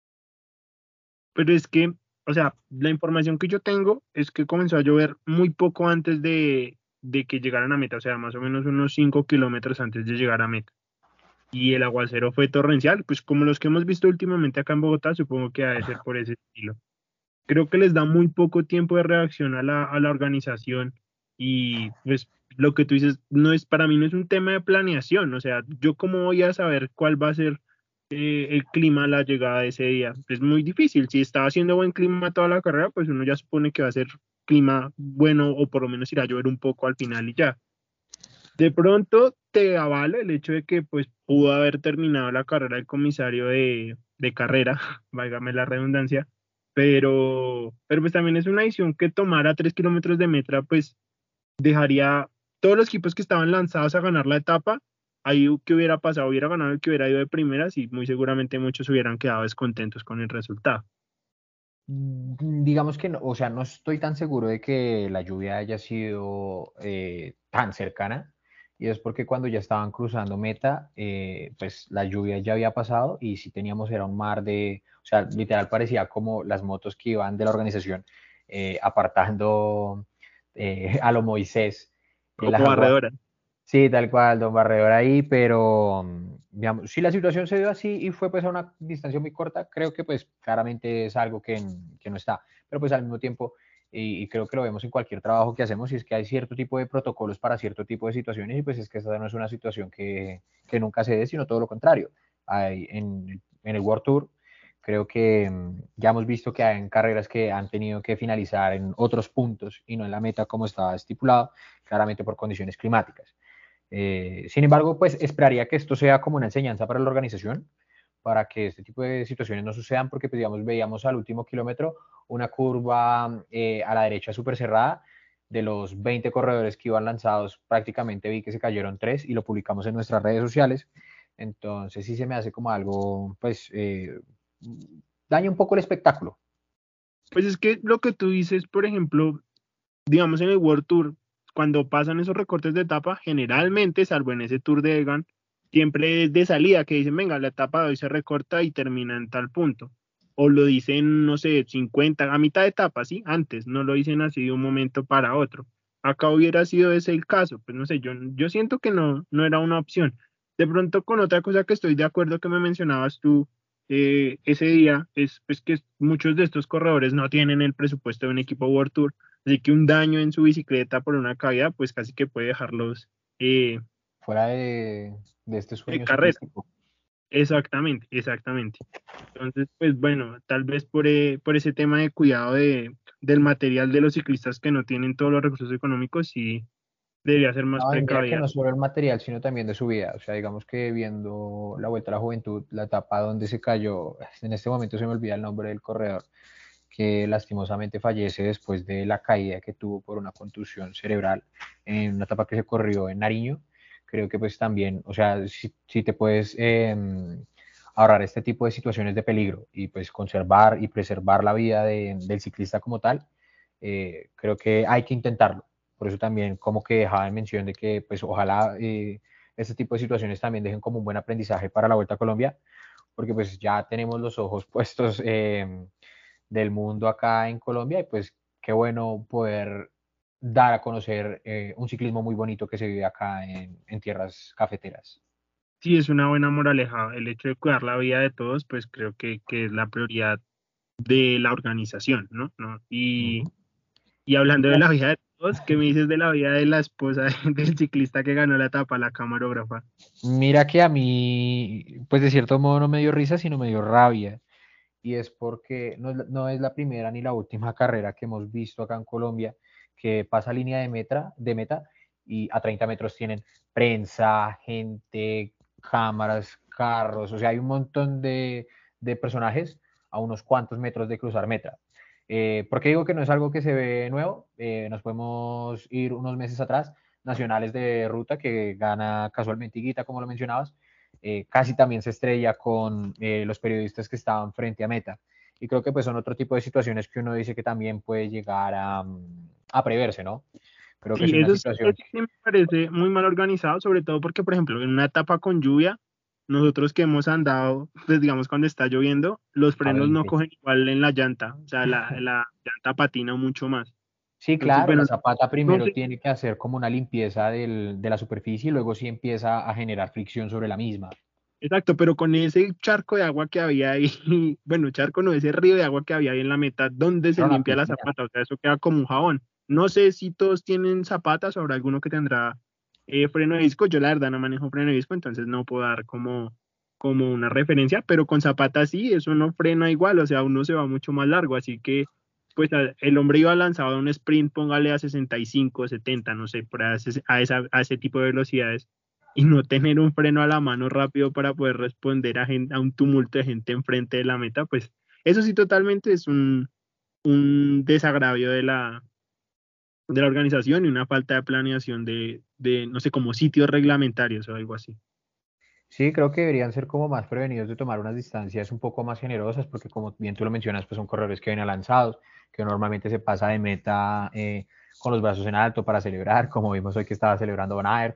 Pero es que, o sea, la información que yo tengo es que comenzó a llover muy poco antes de, de que llegaran a meta, o sea, más o menos unos cinco kilómetros antes de llegar a meta. Y el aguacero fue torrencial, pues como los que hemos visto últimamente acá en Bogotá, supongo que ha de ser por ese estilo. Creo que les da muy poco tiempo de reacción a la, a la organización y pues lo que tú dices no es, para mí no es un tema de planeación, o sea, yo cómo voy a saber cuál va a ser eh, el clima a la llegada de ese día. Es muy difícil, si está haciendo buen clima toda la carrera, pues uno ya supone que va a ser clima bueno o por lo menos irá a llover un poco al final y ya. De pronto te avala el hecho de que pues pudo haber terminado la carrera el comisario de, de carrera, válgame la redundancia, pero, pero pues también es una decisión que tomar a tres kilómetros de meta, pues dejaría todos los equipos que estaban lanzados a ganar la etapa, ahí que hubiera pasado, hubiera ganado el que hubiera ido de primeras y muy seguramente muchos hubieran quedado descontentos con el resultado. Mm, Digamos que no, o sea, no estoy tan seguro de que la lluvia haya sido eh, tan cercana, y es porque cuando ya estaban cruzando meta, eh, pues la lluvia ya había pasado y si teníamos era un mar de, o sea, literal parecía como las motos que iban de la organización eh, apartando eh, a lo Moisés el Como agua. barredora. Sí, tal cual, don Barredor ahí, pero mm, digamos, si la situación se dio así y fue pues a una distancia muy corta, creo que pues claramente es algo que, que no está, pero pues al mismo tiempo, y, y, creo que lo vemos en cualquier trabajo que hacemos, y es que hay cierto tipo de protocolos para cierto tipo de situaciones y pues es que esta no es una situación que, que nunca se dé, sino todo lo contrario. Hay, en, en el World Tour, creo que mm, ya hemos visto que hay en carreras que han tenido que finalizar en otros puntos y no en la meta como estaba estipulado, claramente por condiciones climáticas. Eh, sin embargo, pues esperaría que esto sea como una enseñanza para la organización, para que este tipo de situaciones no sucedan, porque pues, digamos, veíamos al último kilómetro una curva eh, a la derecha súper cerrada. De los veinte corredores que iban lanzados, prácticamente vi que se cayeron tres y lo publicamos en nuestras redes sociales. Entonces sí se me hace como algo, pues, eh, daña un poco el espectáculo. Pues es que lo que tú dices, por ejemplo, digamos en el World Tour, cuando pasan esos recortes de etapa, generalmente, salvo en ese Tour de Egan, siempre es de salida, que dicen, venga, la etapa de hoy se recorta y termina en tal punto. O lo dicen, no sé, cincuenta, a mitad de etapa, ¿sí? Antes, no lo dicen así de un momento para otro. Acá hubiera sido ese el caso, pues no sé, yo, yo siento que no, no era una opción. De pronto, con otra cosa que estoy de acuerdo que me mencionabas tú, eh, ese día, es pues que muchos de estos corredores no tienen el presupuesto de un equipo World Tour. Así que un daño en su bicicleta por una caída, pues casi que puede dejarlos eh, Fuera de, de este de sueño carrera. ciclístico. Exactamente, exactamente. Entonces, pues bueno, tal vez por, eh, por ese tema de cuidado de, del material de los ciclistas que no tienen todos los recursos económicos, sí debería ser más No, y mira que precavida. no solo el material, sino también de su vida. O sea, digamos que viendo la Vuelta a la Juventud, la etapa donde se cayó, en este momento se me olvida el nombre del corredor, que lastimosamente fallece después de la caída que tuvo por una contusión cerebral en una etapa que se corrió en Nariño. Creo que pues también, o sea, si, si te puedes eh, ahorrar este tipo de situaciones de peligro y pues conservar y preservar la vida de, del ciclista como tal, eh, creo que hay que intentarlo. Por eso también como que dejaba en mención de que pues ojalá eh, este tipo de situaciones también dejen como un buen aprendizaje para la Vuelta a Colombia, porque pues ya tenemos los ojos puestos eh, del mundo acá en Colombia y pues qué bueno poder dar a conocer eh, un ciclismo muy bonito que se vive acá en, en tierras cafeteras. Sí, es una buena moraleja. El hecho de cuidar la vida de todos, pues creo que, que es la prioridad de la organización, ¿no? ¿No? Y, Ujú. y hablando de la vida de todos, ¿qué me dices de la vida de la esposa del ciclista que ganó la etapa, la camarógrafa? Mira que a mí, pues de cierto modo no me dio risa, sino me dio rabia. Y es porque no es, la- no es la primera ni la última carrera que hemos visto acá en Colombia que pasa línea de meta, de meta y a treinta metros tienen prensa, gente, cámaras, carros, o sea, hay un montón de, de personajes a unos cuantos metros de cruzar meta. Eh, ¿Por qué digo que no es algo que se ve nuevo? Eh, nos podemos ir unos meses atrás, Nacionales de Ruta, que gana casualmente Higuita, como lo mencionabas, eh, casi también se estrella con eh, los periodistas que estaban frente a meta. Y creo que pues son otro tipo de situaciones que uno dice que también puede llegar a, mm, a preverse, ¿no? Creo que es Sí, una eso sí, eso situación que... sí me parece muy mal organizado, sobre todo porque, por ejemplo, en una etapa con lluvia, nosotros que hemos andado, pues digamos cuando está lloviendo, los A frenos no veinte. cogen igual en la llanta, o sea, la, la llanta patina mucho más. Sí, Entonces, claro, la bueno, zapata no primero sé, tiene que hacer como una limpieza del, de la superficie y luego sí empieza a generar fricción sobre la misma. exacto, pero con ese charco de agua que había ahí, bueno, charco no, ese río de agua que había ahí en la mitad, ¿dónde se Era una limpia la piscina. zapata? O sea, eso queda como un jabón. No sé si todos tienen zapatas o habrá alguno que tendrá eh, freno de disco. Yo la verdad no manejo freno de disco, entonces no puedo dar como, como una referencia, pero con zapatas sí, eso no frena igual, o sea, uno se va mucho más largo, así que pues a- el hombre iba lanzado a un sprint, póngale a sesenta y cinco, setenta, no sé, por a ese, a esa, a ese tipo de velocidades y no tener un freno a la mano rápido para poder responder a, gen- a un tumulto de gente enfrente de la meta, pues eso sí totalmente es un, un desagravio de la, de la organización y una falta de planeación de, de, no sé, como sitios reglamentarios o algo así. Sí, creo que deberían ser como más prevenidos de tomar unas distancias un poco más generosas, porque como bien tú lo mencionas, pues son corredores que vienen lanzados, que normalmente se pasa de meta eh, con los brazos en alto para celebrar, como vimos hoy que estaba celebrando Van Aert.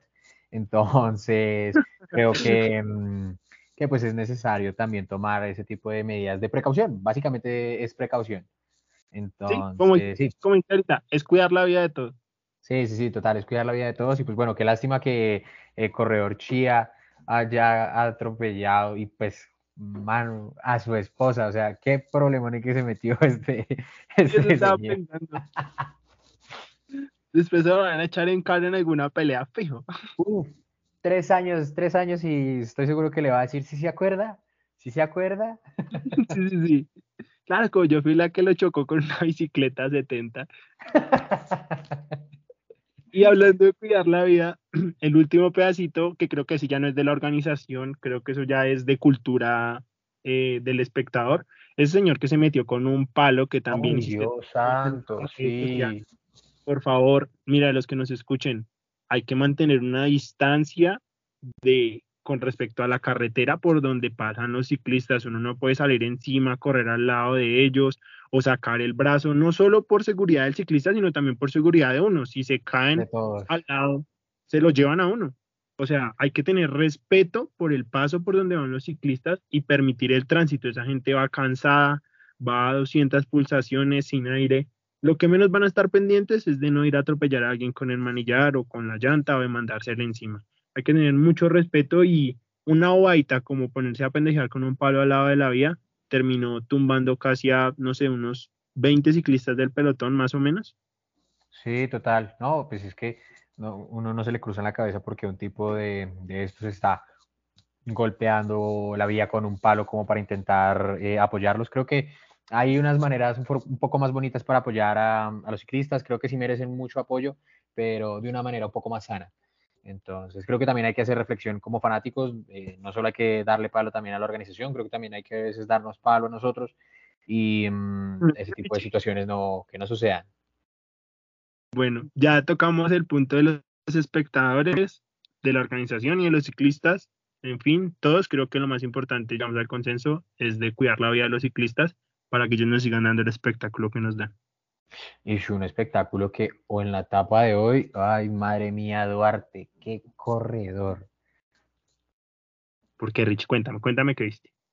Entonces, creo que, mm, que pues es necesario también tomar ese tipo de medidas de precaución. Básicamente es precaución. Sí, como, Entonces, sí, como dice ahorita, es cuidar la vida de todos. sí, sí, sí, total, es cuidar la vida de todos. Y pues bueno, qué lástima que el corredor Chía haya atropellado y pues, mano, a su esposa. O sea, qué problema en el que se metió este, Y eso este estaba señor. pensando. Después se lo van a echar en cara en alguna pelea, fijo. Uf, tres años, tres años y estoy seguro que le va a decir si se acuerda, si se acuerda. Sí, sí, sí. Claro, como yo fui la que lo chocó con una bicicleta setenta. Y hablando de cuidar la vida, el último pedacito, que creo que sí ya no es de la organización, creo que eso ya es de cultura eh, del espectador, ese señor que se metió con un palo que también Ay, hiciste Dios en santo, redes sociales. sí. Por favor, mira, los que nos escuchen, hay que mantener una distancia de con respecto a la carretera por donde pasan los ciclistas. Uno no puede salir encima, correr al lado de ellos o sacar el brazo, no solo por seguridad del ciclista, sino también por seguridad de uno. Si se De caen todos. al lado, se lo llevan a uno. O sea, hay que tener respeto por el paso por donde van los ciclistas y permitir el tránsito. Esa gente va cansada, va a doscientas pulsaciones sin aire. Lo que menos van a estar pendientes es de no ir a atropellar a alguien con el manillar o con la llanta o de mandársela encima. Hay que tener mucho respeto y una bobadita como ponerse a pendejear con un palo al lado de la vía terminó tumbando casi a, no sé, unos veinte ciclistas del pelotón más o menos. Sí, total. No, pues es que no, uno no se le cruza en la cabeza porque un tipo de, de estos está golpeando la vía con un palo como para intentar eh, apoyarlos. Creo que hay unas maneras un, un, poco más bonitas para apoyar a, a, los ciclistas. Creo que sí merecen mucho apoyo, pero de una manera un poco más sana. Entonces, creo que también hay que hacer reflexión como fanáticos. Eh, no solo hay que darle palo también a la organización, creo que también hay que a veces darnos palo a nosotros y mmm, ese tipo de situaciones no, que no sucedan. Bueno, ya tocamos el punto de los espectadores, de la organización y de los ciclistas. En fin, todos creo que lo más importante, llegamos al consenso, es de cuidar la vida de los ciclistas para que ellos nos sigan dando el espectáculo que nos dan. Y fue un espectáculo que, o en la etapa de hoy, ay, madre mía, Duarte, qué corredor. Porque Rich, cuéntame, cuéntame qué viste.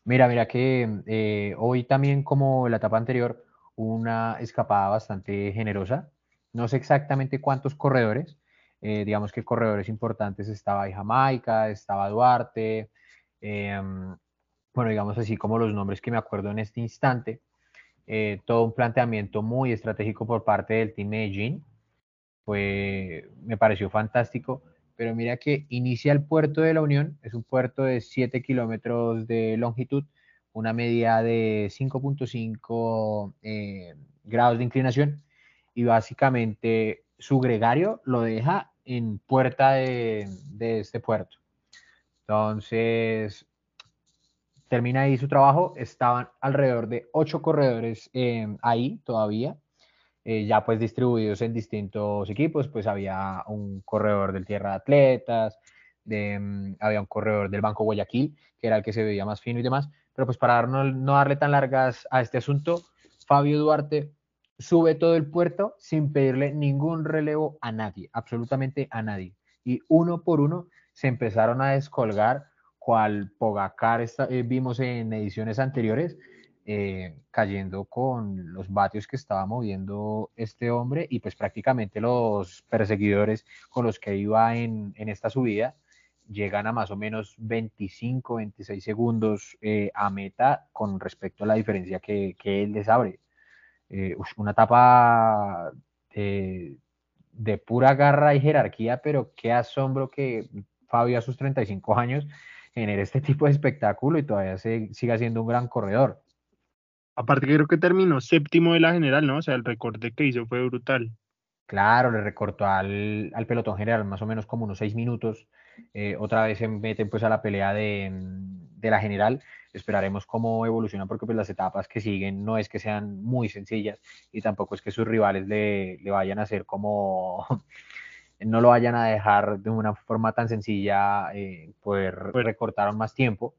Mira, mira que eh, hoy también, como la etapa anterior, una escapada bastante generosa. No sé exactamente cuántos corredores. Eh, digamos que corredores importantes estaba ahí Jamaica, estaba Duarte, eh, bueno, digamos así como los nombres que me acuerdo en este instante. Eh, todo un planteamiento muy estratégico por parte del Team Medellín. Fue, me pareció fantástico, pero mira que inicia el puerto de la Unión, es un puerto de siete kilómetros de longitud, una media de cinco punto cinco eh, grados de inclinación, y básicamente su gregario lo deja en puerta de, de este puerto. Entonces, termina ahí su trabajo, estaban alrededor de ocho corredores eh, ahí todavía, eh, ya pues distribuidos en distintos equipos, pues había un corredor del Tierra de Atletas, de, um, había un corredor del Banco Guayaquil, que era el que se veía más fino y demás, pero pues para no, no darle tan largas a este asunto, Fabio Duarte sube todo el puerto sin pedirle ningún relevo a nadie, absolutamente a nadie. Y uno por uno se empezaron a descolgar, cual Pogacar está, eh, vimos en ediciones anteriores, eh, cayendo con los vatios que estaba moviendo este hombre y pues prácticamente los perseguidores con los que iba en, en esta subida llegan a más o menos veinticinco, veintiséis segundos eh, a meta con respecto a la diferencia que, que él les abre. Eh, una etapa de, de pura garra y jerarquía, pero qué asombro que Fabio a sus treinta y cinco años genere este tipo de espectáculo y todavía se, siga siendo un gran corredor. Aparte que creo que terminó séptimo de la general, ¿no? O sea, el recorte que hizo fue brutal. Claro, le recortó al, al pelotón general más o menos como unos seis minutos. Eh, otra vez se meten pues a la pelea de, de la general. Esperaremos cómo evoluciona porque pues las etapas que siguen no es que sean muy sencillas y tampoco es que sus rivales le, le vayan a hacer como no lo vayan a dejar de una forma tan sencilla eh, poder Bueno, recortar más tiempo,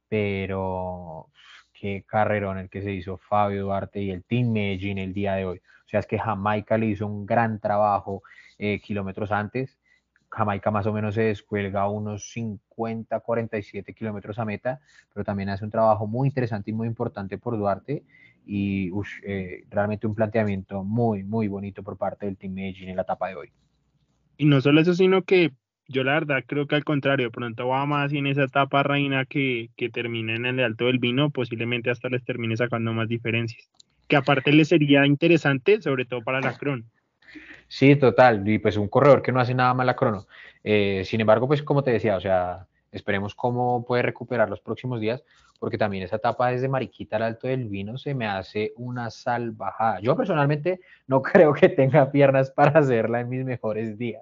pero qué carrerón el que se hizo Fabio Duarte y el Team Medellín el día de hoy. O sea, es que Jamaica le hizo un gran trabajo eh, kilómetros antes. Jamaica más o menos se descuelga unos cincuenta, cuarenta y siete kilómetros a meta, pero también hace un trabajo muy interesante y muy importante por Duarte. Y uff, eh, realmente un planteamiento muy, muy bonito por parte del Team Medellín en la etapa de hoy. y no solo eso, sino que yo la verdad creo que al contrario, pronto va más y en esa etapa reina que, que termine en el Alto del Vino, posiblemente hasta les termine sacando más diferencias. Que aparte les sería interesante, sobre todo para la Cron. Sí, total. Y pues un corredor que no hace nada mal a crono. Eh, sin embargo, pues como te decía, o sea, esperemos cómo puede recuperar los próximos días, porque también esa etapa desde Mariquita al Alto del Vino se me hace una salvajada. Yo personalmente no creo que tenga piernas para hacerla en mis mejores días.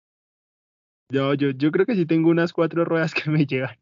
Yo, yo, yo creo que sí tengo unas cuatro ruedas que me llegan.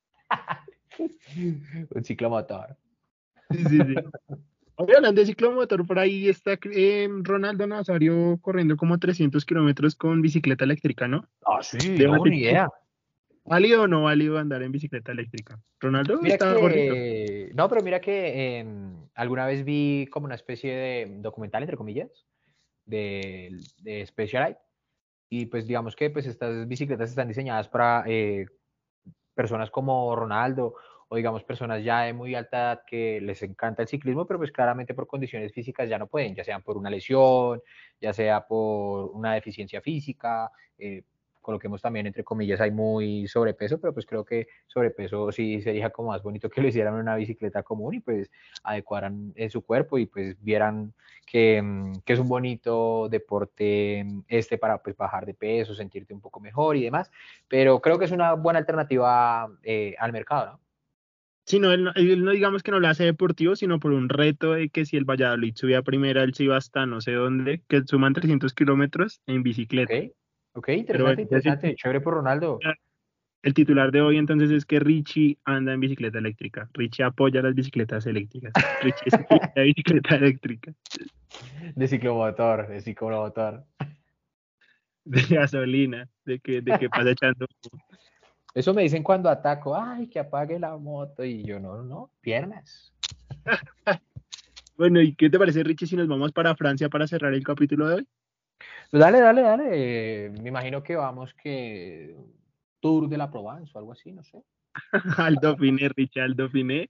Un ciclomotor. Sí, sí, sí. Oye, hablando de ciclomotor, por ahí está eh, Ronaldo Nazario corriendo como trescientos kilómetros con bicicleta eléctrica, ¿no? Ah, sí, no, Debate, ni idea. ¿válido o no válido andar en bicicleta eléctrica? Ronaldo Mira está gordito. que, no, pero mira que eh, alguna vez vi como una especie de documental, entre comillas, de, de Specialized. Y pues digamos que pues estas bicicletas están diseñadas para eh, personas como Ronaldo o digamos personas ya de muy alta edad que les encanta el ciclismo, pero pues claramente por condiciones físicas ya no pueden, ya sean por una lesión, ya sea por una deficiencia física, eh, coloquemos también entre comillas, hay muy sobrepeso, pero pues creo que sobrepeso sí sería como más bonito que lo hicieran en una bicicleta común y pues adecuaran en su cuerpo y pues vieran que, que es un bonito deporte este para pues bajar de peso, sentirte un poco mejor y demás, pero creo que es una buena alternativa eh, al mercado, ¿no? Sí, no, él, no, él no digamos que no lo hace deportivo, sino por un reto de que si el Valladolid subía a primera, él se iba hasta no sé dónde, que suman trescientos kilómetros en Ok, bicicleta. ok, Pero bueno, interesante, entonces interesante, chévere por Ronaldo. el, el titular de hoy entonces es que Richie anda en bicicleta eléctrica. Richie apoya las bicicletas eléctricas. Richie es ciclista de bicicleta eléctrica, De ciclomotor, de ciclomotor. de gasolina, de que, de que pasa echando. Eso me dicen cuando ataco, ay, que apague la moto, y yo no, no, piernas. Bueno, ¿y qué te parece, Richie, si nos vamos para Francia para cerrar el capítulo de hoy? Pues dale, dale, dale, eh, me imagino que vamos que Tour de la Provence o algo así, no sé. Al Dauphiné, Richie, al Dauphiné.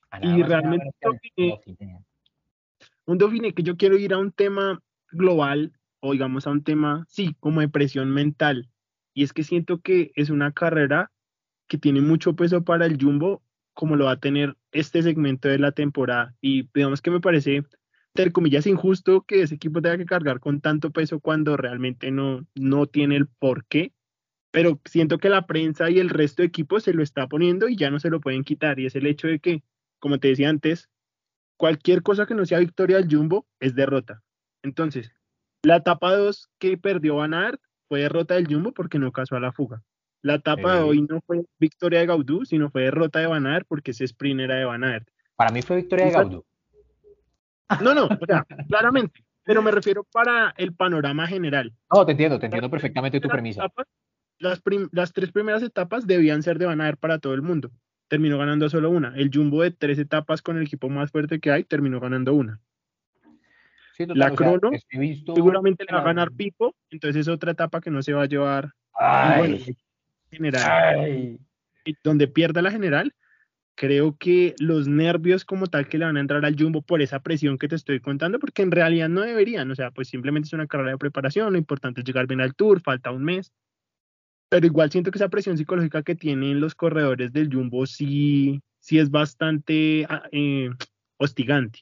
A nada Y más y nada realmente menos que un al Dauphiné, Dauphiné. un Dauphiné que yo quiero ir a un tema global, o digamos a un tema, sí, como de presión mental. Y es que siento que es una carrera que tiene mucho peso para el Jumbo, como lo va a tener este segmento de la temporada. Y digamos que me parece, entre comillas, injusto que ese equipo tenga que cargar con tanto peso cuando realmente no, no tiene el porqué. Pero siento que la prensa y el resto de equipos se lo está poniendo y ya no se lo pueden quitar. Y es el hecho de que, como te decía antes, cualquier cosa que no sea victoria del Jumbo es derrota. Entonces, la etapa dos que perdió Van Aert fue derrota del Jumbo porque no casó a la fuga. La etapa de Sí. hoy no fue victoria de Gaudú, sino fue derrota de Van Aert porque ese sprint era de Van Aert. Para mí fue victoria de Esa- Gaudu. no, no, o sea, claramente, pero me refiero para el panorama general. No, te entiendo, te Las entiendo tres perfectamente tu primeras premisa. etapas, las, prim- las tres primeras etapas debían ser de Van Aert para todo el mundo. Terminó ganando solo una. El Jumbo de tres etapas con el equipo más fuerte que hay terminó ganando una. Sí, total, La o sea, crono es- he visto seguramente que la va a la... ganar Pipo, entonces es otra etapa que no se va a llevar. Y bueno, Ay, en general, ay. y donde pierda la general, creo que los nervios como tal que le van a entrar al Jumbo por esa presión que te estoy contando, porque en realidad no deberían, o sea, pues simplemente es una carrera de preparación, lo importante es llegar bien al Tour, falta un mes, pero igual siento que esa presión psicológica que tienen los corredores del Jumbo sí, sí es bastante ah, eh, hostigante.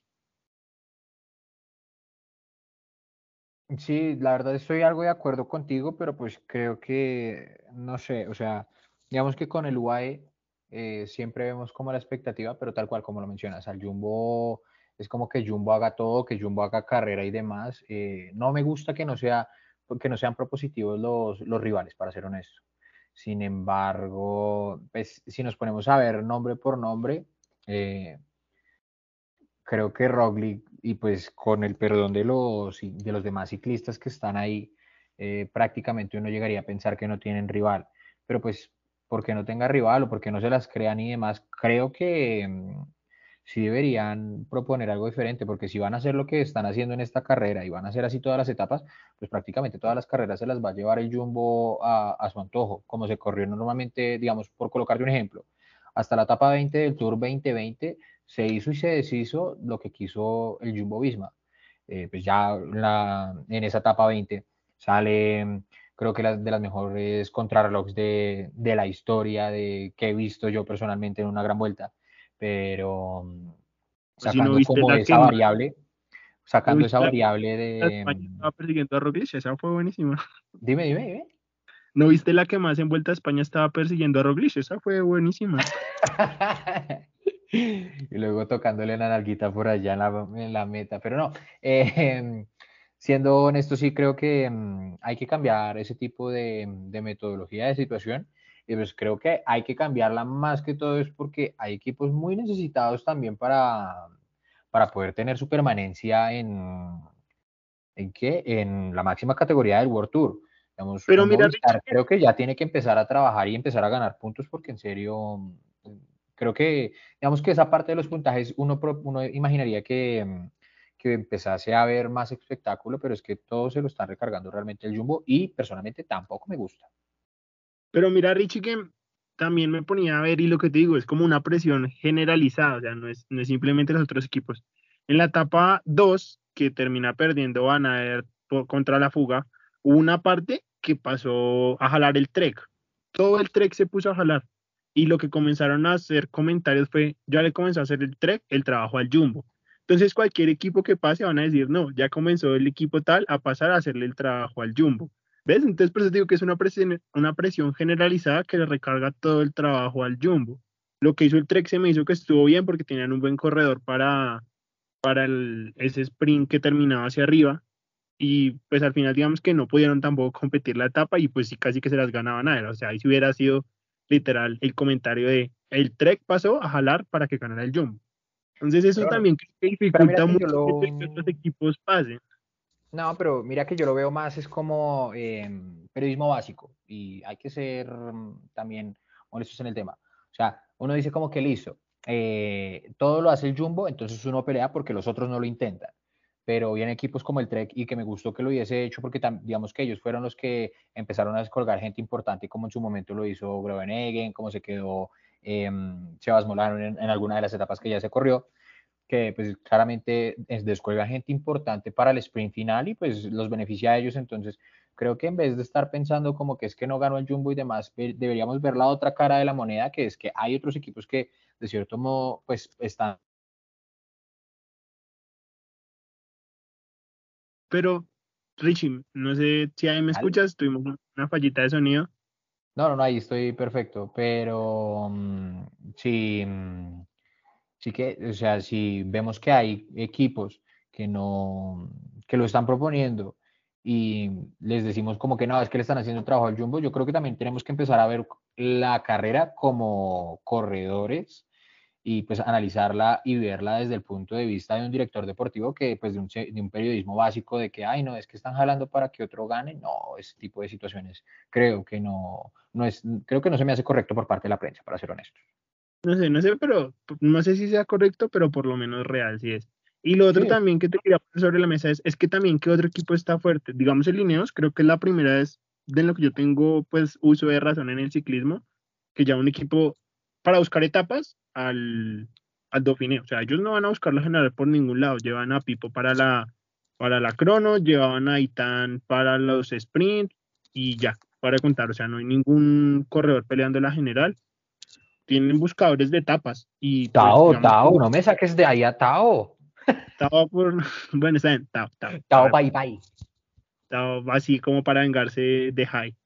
Sí, la verdad estoy algo de acuerdo contigo, pero pues creo que, no sé, o sea, digamos que con el U A E eh, siempre vemos como la expectativa, pero tal cual como lo mencionas, al Jumbo es como que Jumbo haga todo, que Jumbo haga carrera y demás. Eh, no me gusta que no sea, que no sean propositivos los, los rivales, para ser honesto. Sin embargo, pues si nos ponemos a ver nombre por nombre, eh, creo que Roglic, y pues con el perdón de los, de los demás ciclistas que están ahí, eh, prácticamente uno llegaría a pensar que no tienen rival. Pero pues, porque no tenga rival o porque no se las crean y demás, creo que mmm, sí deberían proponer algo diferente, porque si van a hacer lo que están haciendo en esta carrera y van a hacer así todas las etapas, pues prácticamente todas las carreras se las va a llevar el Jumbo a, a su antojo, como se corrió normalmente, digamos, por colocarte un ejemplo. Hasta la etapa veinte del Tour veinte veinte se hizo y se deshizo lo que quiso el Jumbo Visma. Eh, pues ya la, en esa etapa veinte sale, creo que la, de las mejores contrarrelojes de, de la historia de, que he visto yo personalmente en una gran vuelta, pero Pues si no sacando viste como la esa que más, variable, no sacando viste esa la que variable la de... España estaba persiguiendo a Roglic, esa fue buenísima. Dime, dime, dime. ¿No viste la que más en Vuelta a España estaba persiguiendo a Roglic? Esa fue buenísima. Y luego tocándole la nalguita por allá en la, en la meta. Pero no, eh, siendo honesto, sí creo que um, hay que cambiar ese tipo de, de, metodología de situación. Y pues creo que hay que cambiarla más que todo es porque hay equipos muy necesitados también para, para poder tener su permanencia en, ¿en qué? En la máxima categoría del World Tour. Digamos, Pero un mira, Richie, Movistar creo que ya tiene que empezar a trabajar y empezar a ganar puntos porque en serio, creo que, digamos que esa parte de los puntajes uno, uno imaginaría que, que empezase a haber más espectáculo, pero es que todo se lo están recargando realmente el Jumbo y personalmente tampoco me gusta. pero mira, Richie, que también me ponía a ver y lo que te digo es como una presión generalizada, o sea, no es, no es simplemente los otros equipos. En la etapa dos que termina perdiendo Van Aert por, contra la fuga, hubo una parte que pasó a jalar el Trek. Todo el Trek se puso a jalar. Y lo que comenzaron a hacer comentarios fue, ya le comenzó a hacer el Trek el trabajo al Jumbo. Entonces cualquier equipo que pase van a decir, no, ya comenzó el equipo tal a pasar a hacerle el trabajo al Jumbo. ¿Ves? Entonces, por eso digo que es una presión, una presión generalizada que le recarga todo el trabajo al Jumbo. Lo que hizo el Trek se me hizo que estuvo bien porque tenían un buen corredor para, para el, ese sprint que terminaba hacia arriba. Y pues al final, digamos que no pudieron tampoco competir la etapa y pues sí casi que se las ganaban a él. O sea, ahí si hubiera sido literal el comentario de el Trek pasó a jalar para que ganara el Jumbo. Entonces, eso Pero, bueno, también creo que pero mira dificulta que yo mucho lo, que otros equipos pasen. no, pero mira que yo lo veo más es como eh, periodismo básico y hay que ser mm, también honestos en el tema. O sea, uno dice como que listo, eh, todo lo hace el Jumbo, entonces uno pelea porque los otros no lo intentan. Pero vienen equipos como el Trek y que me gustó que lo hubiese hecho porque digamos que ellos fueron los que empezaron a descolgar gente importante como en su momento lo hizo Groenewegen, como se quedó eh, Sebas Molano en, en alguna de las etapas que ya se corrió, que pues claramente es, descuelga gente importante para el sprint final y pues los beneficia a ellos. Entonces creo que en vez de estar pensando como que es que no ganó el Jumbo y demás, deberíamos ver la otra cara de la moneda, que es que hay otros equipos que de cierto modo pues están. Pero, Richie, no sé si ahí me escuchas, tuvimos una fallita de sonido. No, no, no, ahí estoy perfecto, pero um, sí, um, sí que, o sea, si vemos que hay equipos que no, que lo están proponiendo y les decimos como que no, es que le están haciendo trabajo al Jumbo, yo creo que también tenemos que empezar a ver la carrera como corredores y pues analizarla y verla desde el punto de vista de un director deportivo que pues de un, de un periodismo básico de que, ay, no, es que están jalando para que otro gane, no, ese tipo de situaciones creo que no, no es, creo que no se me hace correcto por parte de la prensa, para ser honesto. No sé, no sé, pero no sé si sea correcto, pero por lo menos real sí es. Y lo otro Sí, también que te quería poner sobre la mesa es, es que también que otro equipo está fuerte. Digamos el Ineos, creo que es la primera vez de lo que yo tengo pues uso de razón en el ciclismo, que ya un equipo para buscar etapas al, al Dauphiné. O sea, ellos no van a buscar la general por ningún lado. Llevan a Pipo para la, para la crono, llevaban a Itán para los sprint y ya, para contar. O sea, no hay ningún corredor peleando la general, tienen buscadores de etapas y pues Tao, digamos que Tao, no me saques de ahí a Tao. estaba por, bueno, está bien, Tao, Tao, Tao, Tao, bye, bye. Tao así como para vengarse de High.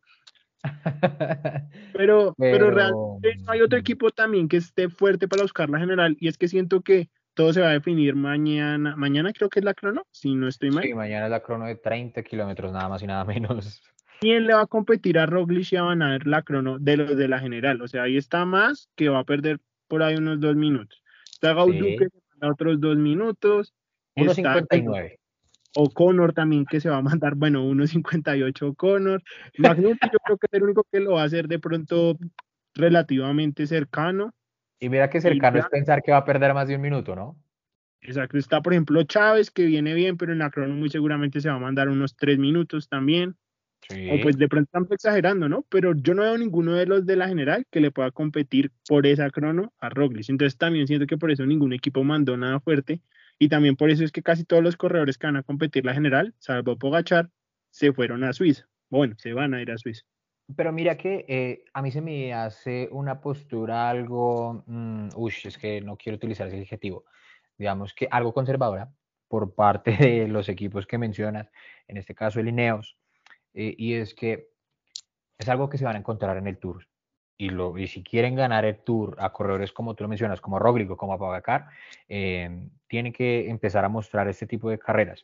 Pero, pero realmente Pero, no hay otro mm, equipo también que esté fuerte para buscar la general y es que siento que todo se va a definir mañana, mañana creo que es la crono, si no estoy mal. sí, mañana es la crono de treinta kilómetros, nada más y nada menos. ¿Quién le va a competir a Roglic y a Van Aert la crono de los de la general? O sea, ahí está más que va a perder por ahí unos dos minutos. Está Gaudu que Sí, se manda otros dos minutos. Está, uno cincuenta y bueno, nueve. O'Connor también que se va a mandar, bueno, uno cincuenta y ocho O'Connor. Magnussen yo creo que es el único que lo va a hacer de pronto relativamente cercano. Y mira que Y cercano ya, es pensar que va a perder más de un minuto, ¿no? exacto, está por ejemplo Chávez que viene bien, pero en la crono muy seguramente se va a mandar unos tres minutos también. O pues Sí. de pronto estamos exagerando, ¿no? Pero yo no veo ninguno de los de la general que le pueda competir por esa crono a Roglic. Entonces también siento que por eso ningún equipo mandó nada fuerte. Y también por eso es que casi todos los corredores que van a competir la general, salvo Pogachar, se fueron a Suiza. Bueno, se van a ir a Suiza. Pero mira que eh, a mí se me hace una postura algo, mm, uy, es que no quiero utilizar ese adjetivo, digamos que algo conservadora por parte de los equipos que mencionas, en este caso el Ineos, eh, y es que es algo que se van a encontrar en el Tour. Y, lo, y si quieren ganar el Tour a corredores como tú lo mencionas, como Roglic o como Pogacar, eh, tienen que empezar a mostrar este tipo de carreras.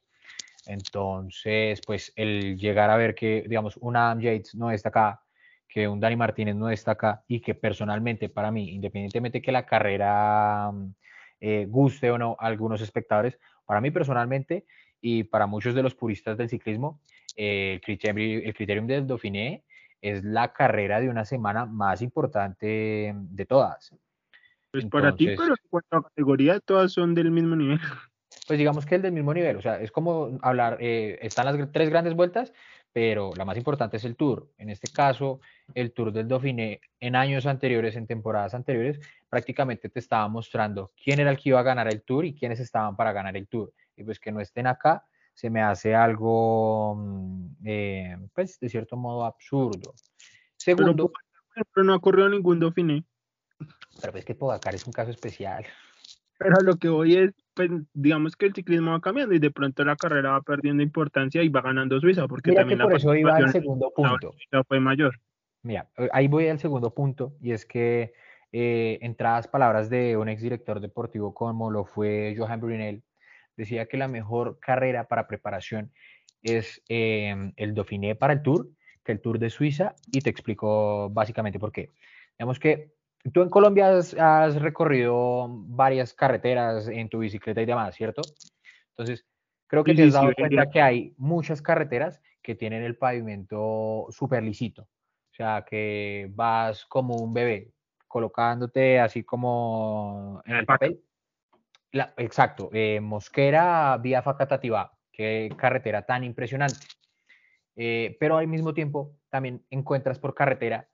Entonces, pues el llegar a ver que, digamos, un Adam Yates no está acá, que un Dani Martínez no está acá y que personalmente para mí, independientemente que la carrera eh, guste o no a algunos espectadores, para mí personalmente y para muchos de los puristas del ciclismo, eh, el, criterium, el criterium del Dauphiné es la carrera de una semana más importante de todas. Pues para ti, Entonces, pero en cuanto a categoría, todas son del mismo nivel. pues digamos que el del mismo nivel, o sea, es como hablar, eh, están las tres grandes vueltas, pero la más importante es el Tour. En este caso, el Tour del Dauphiné en años anteriores, en temporadas anteriores, prácticamente te estaba mostrando quién era el que iba a ganar el Tour y quiénes estaban para ganar el Tour. Y pues que no estén acá se me hace algo, mm, eh, pues de cierto modo absurdo. Pero Segundo, Pogacar, por ejemplo, no ha corrido ningún Dauphiné. pero pues que Pogacar es un caso especial. Pero a lo que voy es, pues, digamos que el ciclismo va cambiando y de pronto la carrera va perdiendo importancia y va ganando Suiza, porque Mira que también la por eso iba al participación segundo en punto. Suiza fue mayor. Mira, eh, ahí voy al segundo punto, y es que eh, entradas palabras de un exdirector deportivo como lo fue Johan Brunel, decía que la mejor carrera para preparación es eh, el Dauphiné para el Tour, que el Tour de Suiza, y te explico básicamente por qué. Digamos que tú en Colombia has, has recorrido varias carreteras en tu bicicleta y demás, ¿cierto? Entonces, creo que Sí, te sí, has sí, dado vería. cuenta que hay muchas carreteras que tienen el pavimento súper lisito. O sea, que vas como un bebé, colocándote así como en el papel. La, exacto, eh, Mosquera, vía Facatativá, qué carretera tan impresionante. Eh, pero al mismo tiempo también encuentras por carretera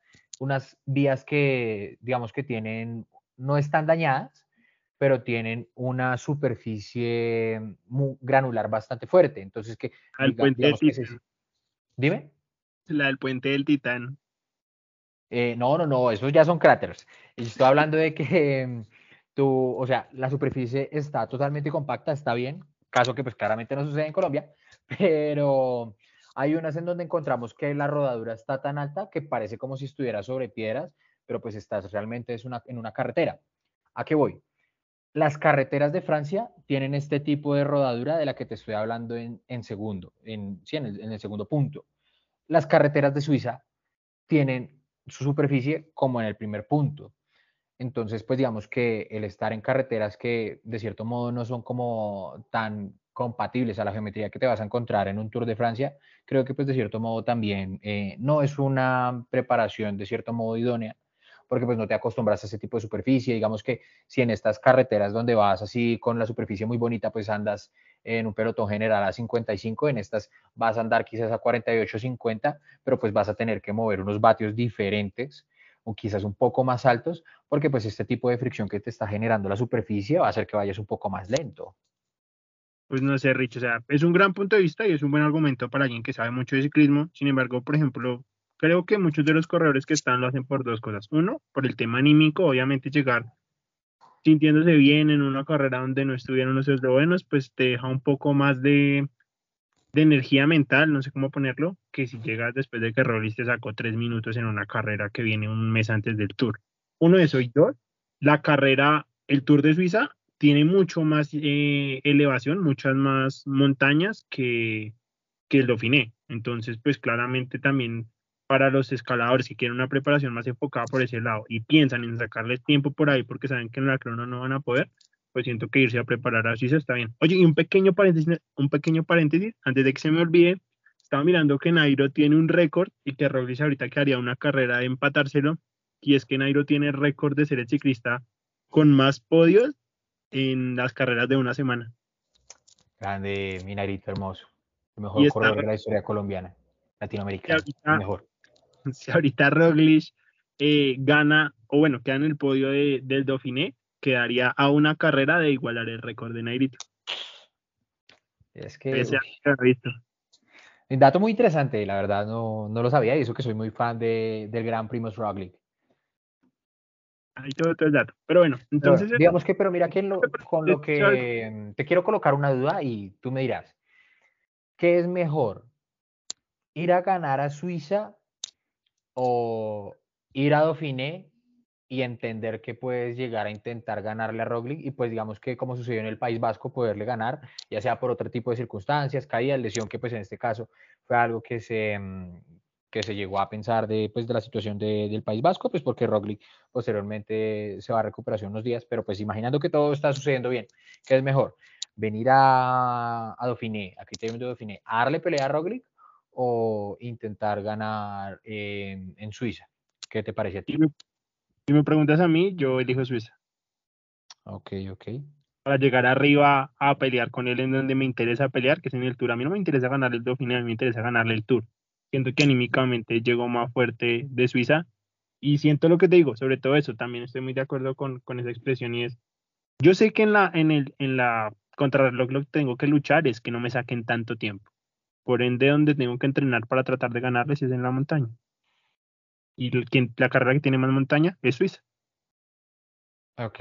unas vías que, digamos que tienen, no están dañadas, pero tienen una superficie muy granular bastante fuerte. Entonces, que Al diga, puente del digamos que se... Titán, Dime. la del puente del Titán. Eh, no, no, no, esos ya son cráteres. Y estoy hablando de que em, tú, o sea, la superficie está totalmente compacta, está bien, caso que pues claramente no sucede en Colombia, pero hay unas en donde encontramos que la rodadura está tan alta que parece como si estuviera sobre piedras, pero pues estás realmente es una, en una carretera. ¿A qué voy? Las carreteras de Francia tienen este tipo de rodadura de la que te estoy hablando en, en segundo, en, sí, en el, en el segundo punto. Las carreteras de Suiza tienen su superficie como en el primer punto. Entonces, pues digamos que el estar en carreteras que de cierto modo no son como tan compatibles a la geometría que te vas a encontrar en un Tour de Francia, creo que pues de cierto modo también eh, no es una preparación de cierto modo idónea, porque pues no te acostumbras a ese tipo de superficie. Digamos que si en estas carreteras donde vas así con la superficie muy bonita, pues andas en un pelotón general a cincuenta y cinco, en estas vas a andar quizás a cuarenta y ocho, cincuenta, pero pues vas a tener que mover unos vatios diferentes o quizás un poco más altos, porque pues este tipo de fricción que te está generando la superficie va a hacer que vayas un poco más lento. Pues no sé, Rich, o sea, es un gran punto de vista y es un buen argumento para alguien que sabe mucho de ciclismo. Sin embargo, por ejemplo, creo que muchos de los corredores que están lo hacen por dos cosas. Uno, por el tema anímico, obviamente llegar sintiéndose bien en una carrera donde no estuvieron los eslovenos, pues te deja un poco más de, de energía mental, no sé cómo ponerlo, que si llegas después de que Roglic te sacó tres minutos en una carrera que viene un mes antes del Tour. Uno de esos y dos, la carrera, el Tour de Suiza tiene mucho más eh, elevación, muchas más montañas que, que el Dauphiné. Entonces, pues claramente también para los escaladores que quieren una preparación más enfocada por ese lado y piensan en sacarles tiempo por ahí porque saben que en la crono no van a poder, pues siento que irse a preparar a Suiza está bien. Oye, y un pequeño paréntesis, un pequeño paréntesis, antes de que se me olvide, estaba mirando que Nairo tiene un récord y que Roglic ahorita que haría una carrera de empatárselo, y es que Nairo tiene el récord de ser el ciclista con más podios en las carreras de una semana. Grande, Minarito hermoso. El Y mejor está, corredor de la historia colombiana, y latinoamericana, el ahorita, mejor. si ahorita Roglic eh, gana, o bueno, queda en el podio de, del Dauphiné, quedaría a una carrera de igualar el récord de Nairito. Es que, Pese uy, a que ha visto. un dato muy interesante, la verdad no, no lo sabía, y eso que soy muy fan de, del gran Primoz Roglic. Ahí todo, todo el dato. Pero bueno, Pero bueno, entonces, digamos que, pero mira que lo, con lo que mm, te quiero colocar una duda y tú me dirás, ¿qué es mejor? ¿Ir a ganar a Suiza o ir a Dauphiné y entender que puedes llegar a intentar ganarle a Roglic y pues digamos que como sucedió en el País Vasco, poderle ganar, ya sea por otro tipo de circunstancias, caída, lesión, que pues en este caso fue algo que se, mm, que se llegó a pensar de, pues, de la situación de, del País Vasco, pues porque Roglic posteriormente se va a recuperación unos días, pero pues imaginando que todo está sucediendo bien, ¿qué es mejor? Venir a, a Dauphiné, a criterium de Dauphiné, a darle pelea a Roglic o intentar ganar en, en Suiza. ¿Qué te parece a si ti? me, si me preguntas a mí, yo elijo Suiza. Ok, ok. Para llegar arriba a pelear con él en donde me interesa pelear, que es en el Tour. A mí no me interesa ganar el Dauphiné, a mí me interesa ganarle el Tour. Siento que anímicamente llegó más fuerte de Suiza y siento lo que te digo, sobre todo eso, también estoy muy de acuerdo con, con esa expresión y es, yo sé que en la, en el, en la contrarreloj lo que tengo que luchar es que no me saquen tanto tiempo. Por ende, donde tengo que entrenar para tratar de ganarles es en la montaña. Y el- quien, la carrera que tiene más montaña es Suiza. Ok.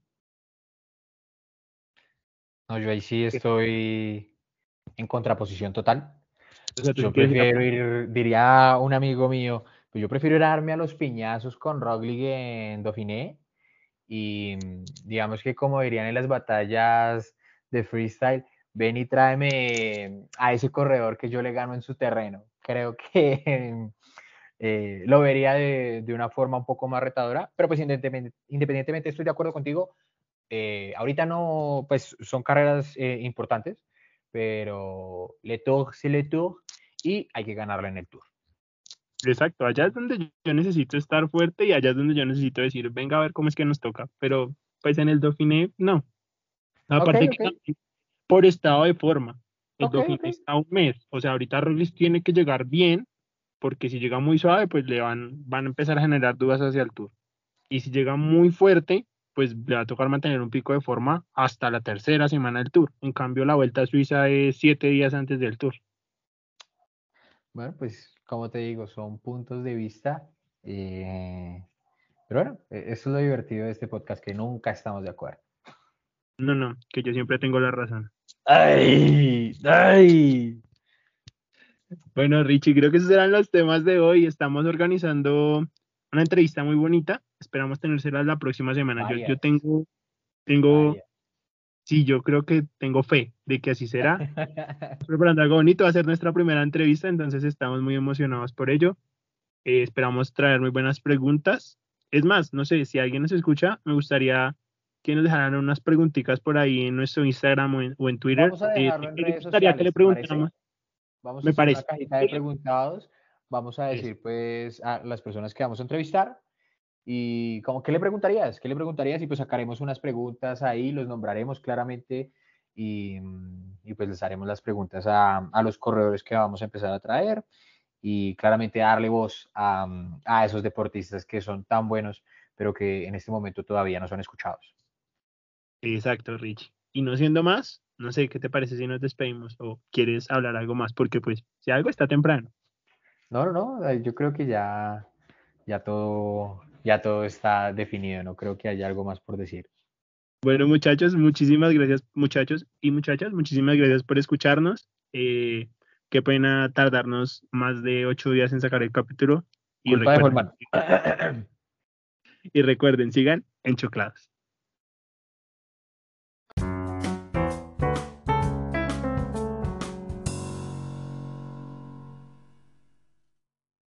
No, yo ahí sí estoy en contraposición total. O sea, tú sí Yo quieres ir a... prefiero ir, diría un amigo mío, pues yo prefiero ir a darme a los piñazos con Roglic en Dauphiné y mm, digamos que como dirían en las batallas de freestyle, ven y tráeme a ese corredor que yo le gano en su terreno. Creo que eh, lo vería de, de, una forma un poco más retadora, pero pues independientemente, independientemente estoy de acuerdo contigo. Eh, ahorita no, pues son carreras eh, importantes, pero Le Tour, c'est Le Tour y hay que ganarla en el Tour. Exacto, allá es donde yo necesito estar fuerte y allá es donde yo necesito decir, venga a ver cómo es que nos toca. Pero pues en el Dauphiné, no. Ok, Aparte que ok, también por estado de forma, el ok, Dauphiné ok. está a un mes. O sea, ahorita Roglic tiene que llegar bien porque si llega muy suave, pues le van, van a empezar a generar dudas hacia el Tour. Y si llega muy fuerte, pues le va a tocar mantener un pico de forma hasta la tercera semana del Tour. En cambio, la Vuelta a Suiza es siete días antes del Tour. Bueno, pues como te digo, son puntos de vista. eh, pero bueno, e- eso es lo divertido de este podcast, que nunca estamos de acuerdo. No, no, que yo siempre tengo la razón. ¡Ay! ¡Ay! Bueno, Richie, creo que esos eran los temas de hoy. Estamos organizando una entrevista muy bonita. Esperamos tenérselas la próxima semana. Yo, yo Varias, tengo, tengo, varias. sí, yo creo que tengo fe de que así será. Preparando algo bonito, va a ser nuestra primera entrevista, entonces estamos muy emocionados por ello. Eh, esperamos traer muy buenas preguntas. Es más, no sé, si alguien nos escucha, me gustaría que nos dejaran unas preguntitas por ahí en nuestro Instagram o en, o en Twitter. Vamos a Eh, dejarlo en ¿qué le redes gustaría que le sociales, ¿te parece? preguntáramos? Vamos a Me hacer una parece. cajita de preguntados. Vamos a Eso. decir, pues, a las personas que vamos a entrevistar. Y como, ¿qué le preguntarías? ¿Qué le preguntarías? Y pues sacaremos unas preguntas ahí, los nombraremos claramente y, mm, y pues les haremos las preguntas a, a los corredores que vamos a empezar a traer y claramente darle voz a, mm, a esos deportistas que son tan buenos, pero que en este momento todavía no son escuchados. Exacto, Richie. Y no siendo más, no sé, ¿qué te parece si nos despedimos o quieres hablar algo más? Porque pues, si algo está temprano. No, no, no, eh, yo creo que ya, ya todo, ya todo está definido, no creo que haya algo más por decir. Bueno, muchachos, muchísimas gracias, muchachos y muchachas, muchísimas gracias por escucharnos. Eh, qué pena tardarnos más de ocho días en sacar el capítulo. Y Culpa de recuerden, Holman. y recuerden, sigan enchoclados.